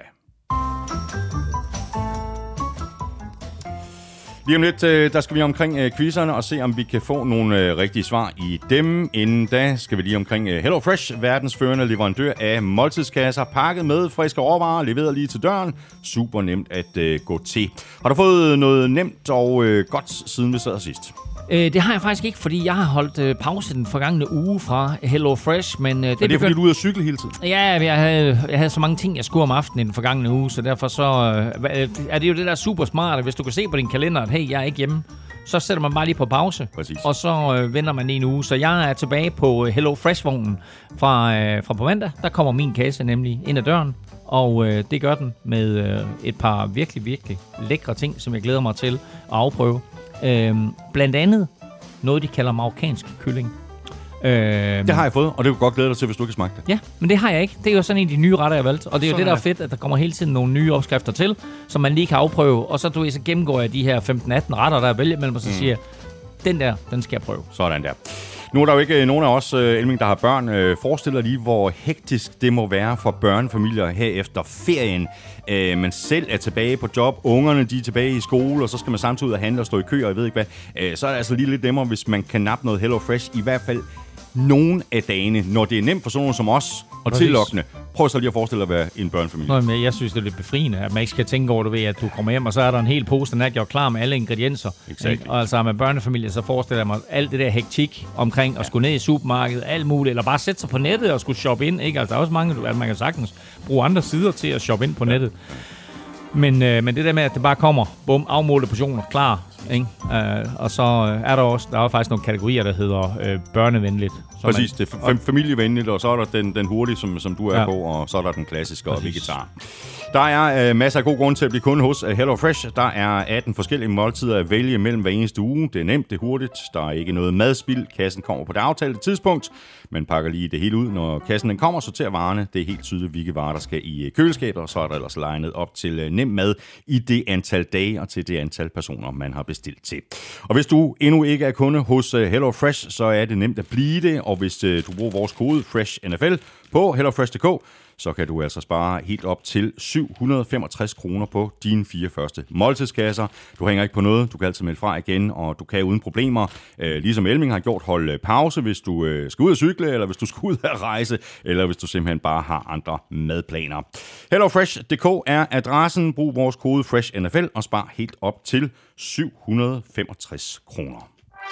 A: Lige om lidt, der skal vi omkring quizzerne og se, om vi kan få nogle rigtige svar i dem. Inden da skal vi lige omkring HelloFresh, verdensførende leverandør af måltidskasser, pakket med friske råvarer, leveret lige til døren. Super nemt at gå til. Har du fået noget nemt og godt, siden vi sad sidst?
C: Det har jeg faktisk ikke, fordi jeg har holdt pause den forgangne uge fra HelloFresh, men det er
A: det, fordi du er ude at cykle hele tiden?
C: Ja, jeg havde, jeg havde så mange ting, jeg skulle om aftenen i den forgangne uge, så derfor så er det jo det der super smarte, hvis du kan se på din kalender, at hey, jeg er ikke hjemme, så sætter man bare lige på pause,
A: Præcis.
C: og så øh, venter man en uge. Så jeg er tilbage på Hello Fresh-vognen fra, øh, fra på mandag. Der kommer min kasse nemlig ind ad døren, og øh, det gør den med øh, et par virkelig, virkelig lækre ting, som jeg glæder mig til at afprøve. Øh, blandt andet noget, de kalder marokkansk kylling. Øh,
A: Det har jeg fået, og det kunne godt glæde dig til, hvis du ikke smagte det.
C: Ja, men det har jeg ikke. Det er jo sådan en af de nye retter, jeg valgte. Og det er jo
A: Sådan
C: det, der er
A: er.
C: fedt, at der kommer hele tiden nogle nye opskrifter til, som man lige kan afprøve. Og så, du ved, så gennemgår jeg de her femten atten retter, der er vælge mellem, og så mm. siger jeg, den der, den skal jeg prøve.
A: Sådan der. Nu er der jo ikke nogen af os, Elming, der har børn. Forestil dig lige, hvor hektisk det må være for børnefamilier her efter ferien. Man selv er tilbage på job, ungerne de er tilbage i skole, og så skal man samtidig ud og handle og stå i kø, og jeg ved ikke hvad. Så er det altså lige lidt nemmere, hvis man kan nappe noget Hello Fresh, i hvert fald nogle af dagene, når det er nemt for sådan nogen som os og tillokkende. Prøv så lige at forestille dig at være en børnefamilie.
C: Nå, men jeg synes, det er lidt befriende, at man ikke skal tænke over, du ved, at du kommer hjem, og så er der en hel pose, den er gjort klar med alle ingredienser.
A: Exactly.
C: Og altså med børnefamilie, så forestiller jeg mig alt det der hektik omkring ja. at skulle ned i supermarkedet, alt muligt, eller bare sætte sig på nettet og skulle shoppe ind. Ikke? Altså, der er også mange, at man kan sagtens bruge andre sider til at shoppe ind på nettet. Men, øh, men det der med, at det bare kommer, bum, afmålte portioner, klar, ikke? Øh, og så er der også, der er faktisk nogle kategorier, der hedder øh, børnevenligt.
A: Præcis, det er f- familievenligt, og så er der den, den hurtige, som, som du er ja. på, og så er der den klassiske og vegetar. Der er øh, masser af god grund til at blive kunde hos uh, Hello Fresh. Der er atten forskellige måltider at vælge mellem hver eneste uge. Det er nemt, det er hurtigt, der er ikke noget madspild. Kassen kommer på det aftalte tidspunkt. Man pakker lige det hele ud, når kassen den kommer, sorterer varerne. Det er helt tydeligt, hvilke varer der skal i køleskabet, og så er der ellers legnet op til uh, nem mad i det antal dage og til det antal personer, man har bestilt til. Og hvis du endnu ikke er kunde hos uh, Hello Fresh, så er det nemt at blive det, og hvis uh, du bruger vores kode Fresh N F L på hellofresh punktum d k, så kan du altså spare helt op til syv hundrede og femogtres kroner på dine fire første måltidskasser. Du hænger ikke på noget, du kan altid melde fra igen, og du kan uden problemer, øh, ligesom Elming har gjort, holde pause, hvis du øh, skal ud at cykle, eller hvis du skal ud at rejse, eller hvis du simpelthen bare har andre madplaner. hellofresh punktum d k er adressen. Brug vores kode Fresh N F L og spar helt op til syv hundrede og femogtres kroner.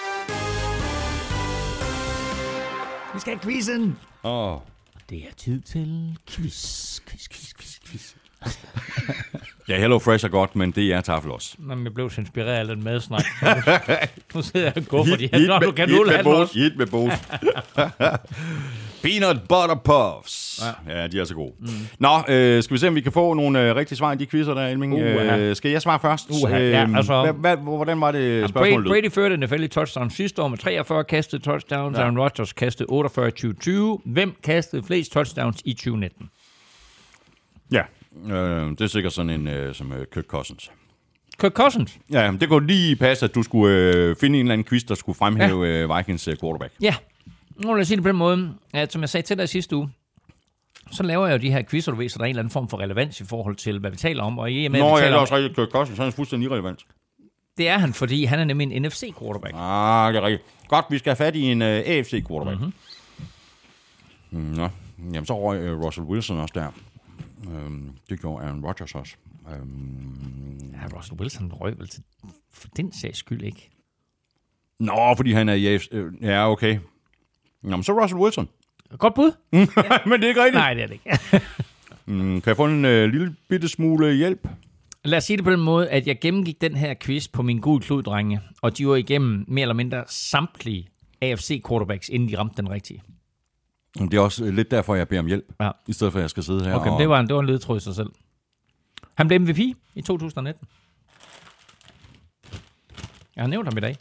C: Vi skal have quizzen!
A: Åh... Oh.
C: Det er tid til quiz, quiz, quiz, quiz, quiz.
A: Ja, Hello Fresh er godt, men det er taffel også.
C: Jamen, jeg blev så inspireret af den madsnak. Nu sidder jeg og går for de her.
A: Hit,
C: Nå,
A: med,
C: du kan
A: hit,
C: nu
A: med
C: lade
A: bos, hit med bos. Peanut butter puffs. Ja, ja de er så gode. Mm. Nå, øh, skal vi se, om vi kan få nogle øh, rigtige svar i de quizzer der, Elming?
C: Uh-huh.
A: Øh, skal jeg svare først?
C: Uh-huh. Ja, altså,
A: hva, hva, hvordan var det
C: ja,
A: spørgsmålet?
C: Brady, Brady førte N F L i touchdown sidste år med treogfyrre kastede touchdowns. Ja. Aaron Rodgers kastede otteogfyrre i tyve tyve. Hvem kastede flest touchdowns i tyve nitten?
A: Ja, øh, det er sikkert sådan en øh, som øh, Kirk Cousins.
C: Kirk Cousins?
A: Ja, det kunne lige passe, at du skulle øh, finde en eller anden quiz, der skulle fremhæve ja. øh, Vikings øh, quarterback.
C: Ja, nu vil jeg sige det på den måde, at som jeg sagde til dig sidste uge, så laver jeg jo de her quizzer, du ved, så der er en eller anden form for relevans i forhold til, hvad vi taler om. Og i og med,
A: Nå,
C: vi
A: ja,
C: taler
A: det er
C: om,
A: også rigtigt. Kirk Cousins, han er fuldstændig irrelevant.
C: det er han, fordi han er nemlig en N F C quarterback.
A: Ah, det er rigtigt. Godt, vi skal have fat i en uh, A F C quarterback. Mm-hmm. Nå, jamen så røg uh, Russell Wilson også der. Um, det gjorde Aaron Rodgers også. Um,
C: Ja, Russell Wilson røg vel til for den sags skyld ikke.
A: Nå, fordi han er i A F C. Ja, okay. Nå, men så Russell Wilson.
C: Godt bud.
A: Men det er ikke rigtigt.
C: Nej, det er det ikke.
A: mm, kan jeg få en uh, lille bitte smule hjælp?
C: Lad os sige det på den måde, at jeg gennemgik den her quiz på min gode kluddrenge, og de var igennem mere eller mindre samtlige A F C quarterbacks, inden de ramte den rigtige.
A: Det er også lidt derfor, jeg beder om hjælp,
C: Ja.
A: i stedet for, at jeg skal sidde her.
C: Okay,
A: og...
C: det var en, det var en ledtråd i sig selv. Han blev M V P i to tusind nitten. Jeg har nævnt ham i dag.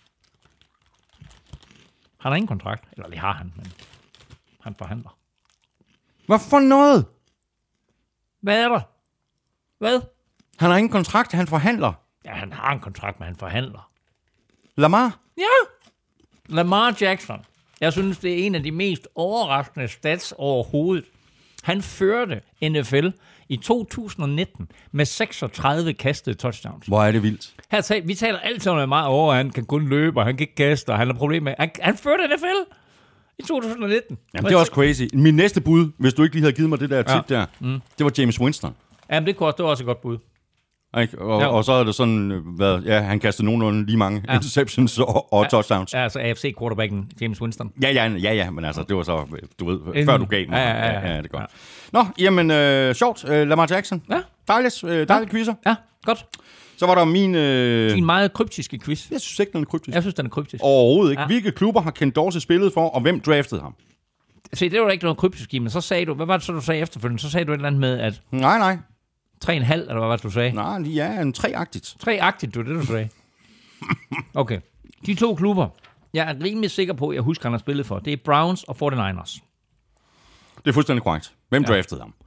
C: Han har ingen kontrakt. Eller det har han, men han forhandler.
A: Hvad for noget?
C: Hvad er der? Hvad?
A: Han har ingen kontrakt, han forhandler.
C: Ja, han har en kontrakt, men han forhandler.
A: Lamar?
C: Ja! Lamar Jackson. Jeg synes, det er en af de mest overraskende stats overhovedet. Han førte N F L i to tusind nitten med seksogtredive kastede touchdowns.
A: Hvor er det vildt.
C: Her tal, vi taler altid om meget over, han kan kun løbe, og han kan ikke kaste, og han har problemer med. Han, han førte N F L i to tusind nitten.
A: Jamen, det er også crazy. Min næste bud, hvis du ikke lige havde givet mig det der tip
C: Ja.
A: der, mm. det var James Winston.
C: Jamen, det, kunne, det var også et godt bud.
A: Ikke? Og,
C: Ja.
A: og så er det sådan, hvad, ja, han kastede nogenlunde lige mange ja. interceptions og, og
C: Ja.
A: touchdowns.
C: Ja, altså A F C-quarterbacken James Winston.
A: Ja, ja, ja, ja, men altså, det var så, du ved,
C: En-
A: før du gav mig.
C: Ja, ja, ja, ja.
A: ja, det er godt. Ja. Nå, jamen, øh, sjovt. Øh, Lamar Jackson.
C: Ja.
A: Dejligt, øh, dejligt quizzer.
C: Ja, godt.
A: Så var der min... Øh...
C: Din meget kryptiske quiz.
A: Jeg synes ikke, den er kryptisk.
C: Jeg synes, den er kryptisk.
A: Overhovedet ikke.
C: Ja.
A: Hvilke klubber har Ken Dorsey spillet for, og hvem draftede ham?
C: Se, det var da ikke noget kryptisk i, men så sagde du... Hvad var det så, du sagde efterfølgende? Så sagde du et eller andet med, at...
A: Nej, nej.
C: tre komma fem, eller hvad var det, du sagde?
A: Nej, de er en tre-agtigt.
C: tre-agtigt, du det, du sagde. Okay. De to klubber, jeg er rimelig sikker på, at jeg husker, han har spillet for. Det er Browns og forty-niners.
A: Det er fuldstændig korrekt. Hvem ja. draftede ham?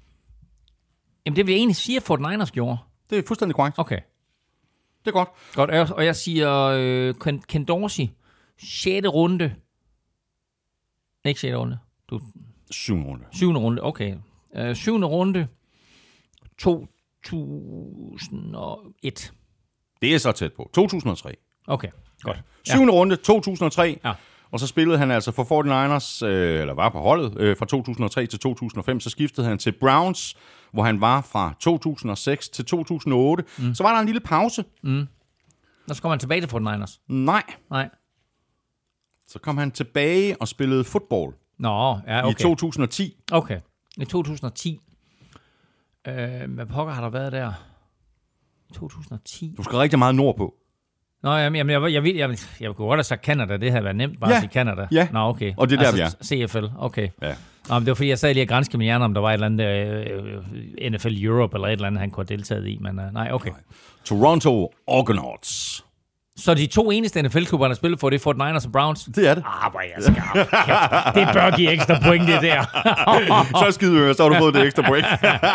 C: Jamen, det vil jeg egentlig sige, at forty-niners gjorde.
A: Det er fuldstændig korrekt.
C: Okay.
A: Det er godt.
C: Godt, og jeg siger øh, Ken, Ken Dorsey, sjette runde. Ikke sjette runde. Du...
A: Syvende runde.
C: Syvende runde, okay. Øh, syvende runde, to tusind og et.
A: Det er så tæt på. to tusind og tre.
C: Okay, godt.
A: Ja. Syvende runde, to tusind og tre.
C: Ja.
A: Og så spillede han altså for forty-niners, øh, eller var på holdet, øh, fra to tusind og tre til to tusind og fem. Så skiftede han til Browns, hvor han var fra to tusind og seks til to tusind og otte. Mm. Så var der en lille pause.
C: Mm. Og så kom han tilbage til forty-niners.
A: Nej.
C: Nej.
A: Så kom han tilbage og spillede fodbold.
C: Nå, ja, okay.
A: I to tusind og ti.
C: Okay. I to tusind og ti. Øh, hvad pokker har der været der? I to tusind og ti.
A: Du skal rigtig meget nordpå.
C: Nå, jamen, jeg, jeg, jeg, jeg, jeg kunne godt have sagt Canada. Det havde været nemt bare
A: ja.
C: at sige Canada.
A: Ja,
C: Nå, okay.
A: Og det er der,
C: altså,
A: vi er.
C: C F L, okay.
A: Ja.
C: Nå, men det var fordi, jeg sad lige og granskede min hjerne, om der var et eller andet øh, N F L Europe, eller et eller andet, han kunne have deltaget i. Men uh, nej, okay. Nej.
A: Toronto Argonauts.
C: Så de to eneste N F L-klubber, der spiller for, det er forty-niners og Browns?
A: Det er det.
C: Ah, hvor er jeg skarp. Det bør give ekstra point, det der.
A: Så skide, så har du fået det ekstra point.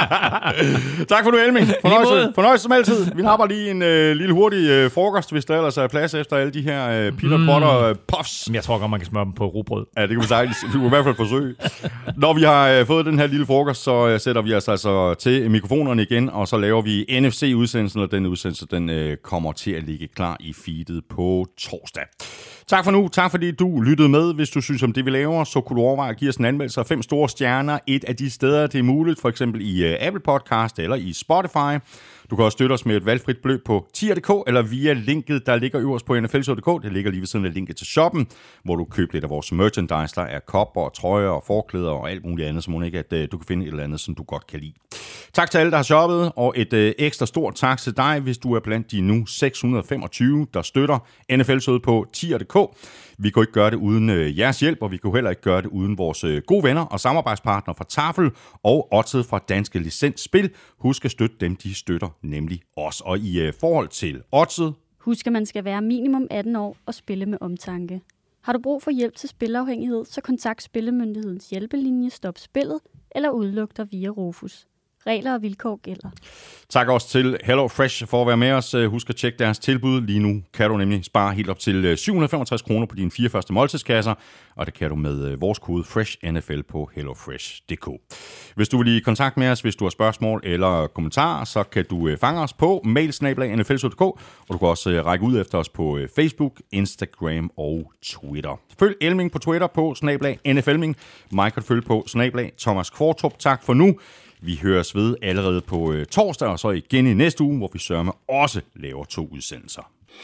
A: Tak for nu, Elming. Fornøjelse, fornøjelse som altid. Vi napper lige en øh, lille hurtig øh, frokost, hvis der ellers er plads efter alle de her øh, peanut butter øh, puffs.
C: Jeg tror godt, man kan smøre dem på rugbrød.
A: Ja, det kan vi sagtens. Vi må i hvert fald forsøge. Når vi har øh, fået den her lille frokost, så øh, sætter vi os altså til mikrofonerne igen, og så laver vi N F C-udsendelsen, og den udsendelse, den øh, kommer til at ligge klar i feedet på torsdag. Tak for nu. Tak fordi du lyttede med. Hvis du synes om det, vi laver, så kunne du overveje at give os en anmeldelse af fem store stjerner. Et af de steder, det er muligt, for eksempel i uh, Apple Podcast eller i Spotify. Du kan også støtte os med et valgfrit beløb på tier punktum d k eller via linket, der ligger øverst på N F L punktum d k. Det ligger lige ved siden af linket til shoppen, hvor du køber lidt af vores merchandise. Der er kopper, trøjer og forklæder og alt muligt andet, så må ikke, at uh, du kan finde et eller andet, som du godt kan lide. Tak til alle, der har shoppet, og et uh, ekstra stort tak til dig, hvis du er blandt de nu seks hundrede og femogtyve, der støtter N F L på tier punktum d k. Vi kunne ikke gøre det uden øh, jeres hjælp, og vi kunne heller ikke gøre det uden vores øh, gode venner og samarbejdspartnere fra Tafel og Odset fra Danske Licens Spil. Husk at støtte dem, de støtter nemlig os. Og i øh, forhold til Odset...
B: Husk, at man skal være minimum atten år og spille med omtanke. Har du brug for hjælp til spilafhængighed, så kontakt Spillemyndighedens hjælpelinje Stop Spillet eller udluk dig via Rufus. Regler og vilkår gælder.
A: Tak også til Hello Fresh for at være med os. Husk at tjekke deres tilbud. Lige nu kan du nemlig spare helt op til syv hundrede og femogtres kroner på dine fire første måltidskasser, og det kan du med vores kode FRESHNFL på hellofresh punktum d k. Hvis du vil i kontakt med os, hvis du har spørgsmål eller kommentarer, så kan du fange os på mail snabel-a n f l punktum d k, og du kan også række ud efter os på Facebook, Instagram og Twitter. Følg Elming på Twitter på snabel-a N F Elming. Mig kan du følge på snabel-a Thomas Kvartrup. Tak for nu. Vi høres ved allerede på øh, torsdag, og så igen i næste uge, hvor vi sørme også laver to udsendelser.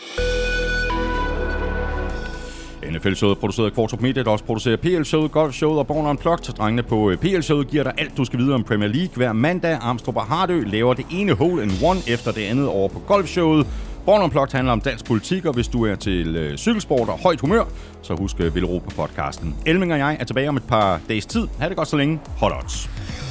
A: N F L-showet er produceret af Kvartrup Media, der også producerer P L-showet, Golf-showet og Born Unplugged. Drengene på P L-showet giver dig alt, du skal vide om Premier League. Hver mandag, Armstrong og Hardø laver det ene hole in one efter det andet over på Golf-showet. Born Unplugged handler om dansk politik, og hvis du er til øh, cykelsport og højt humør, så husk øh, Villeuropa-podcasten. Elming og jeg er tilbage om et par dages tid. Ha' det godt så længe. Hold odds.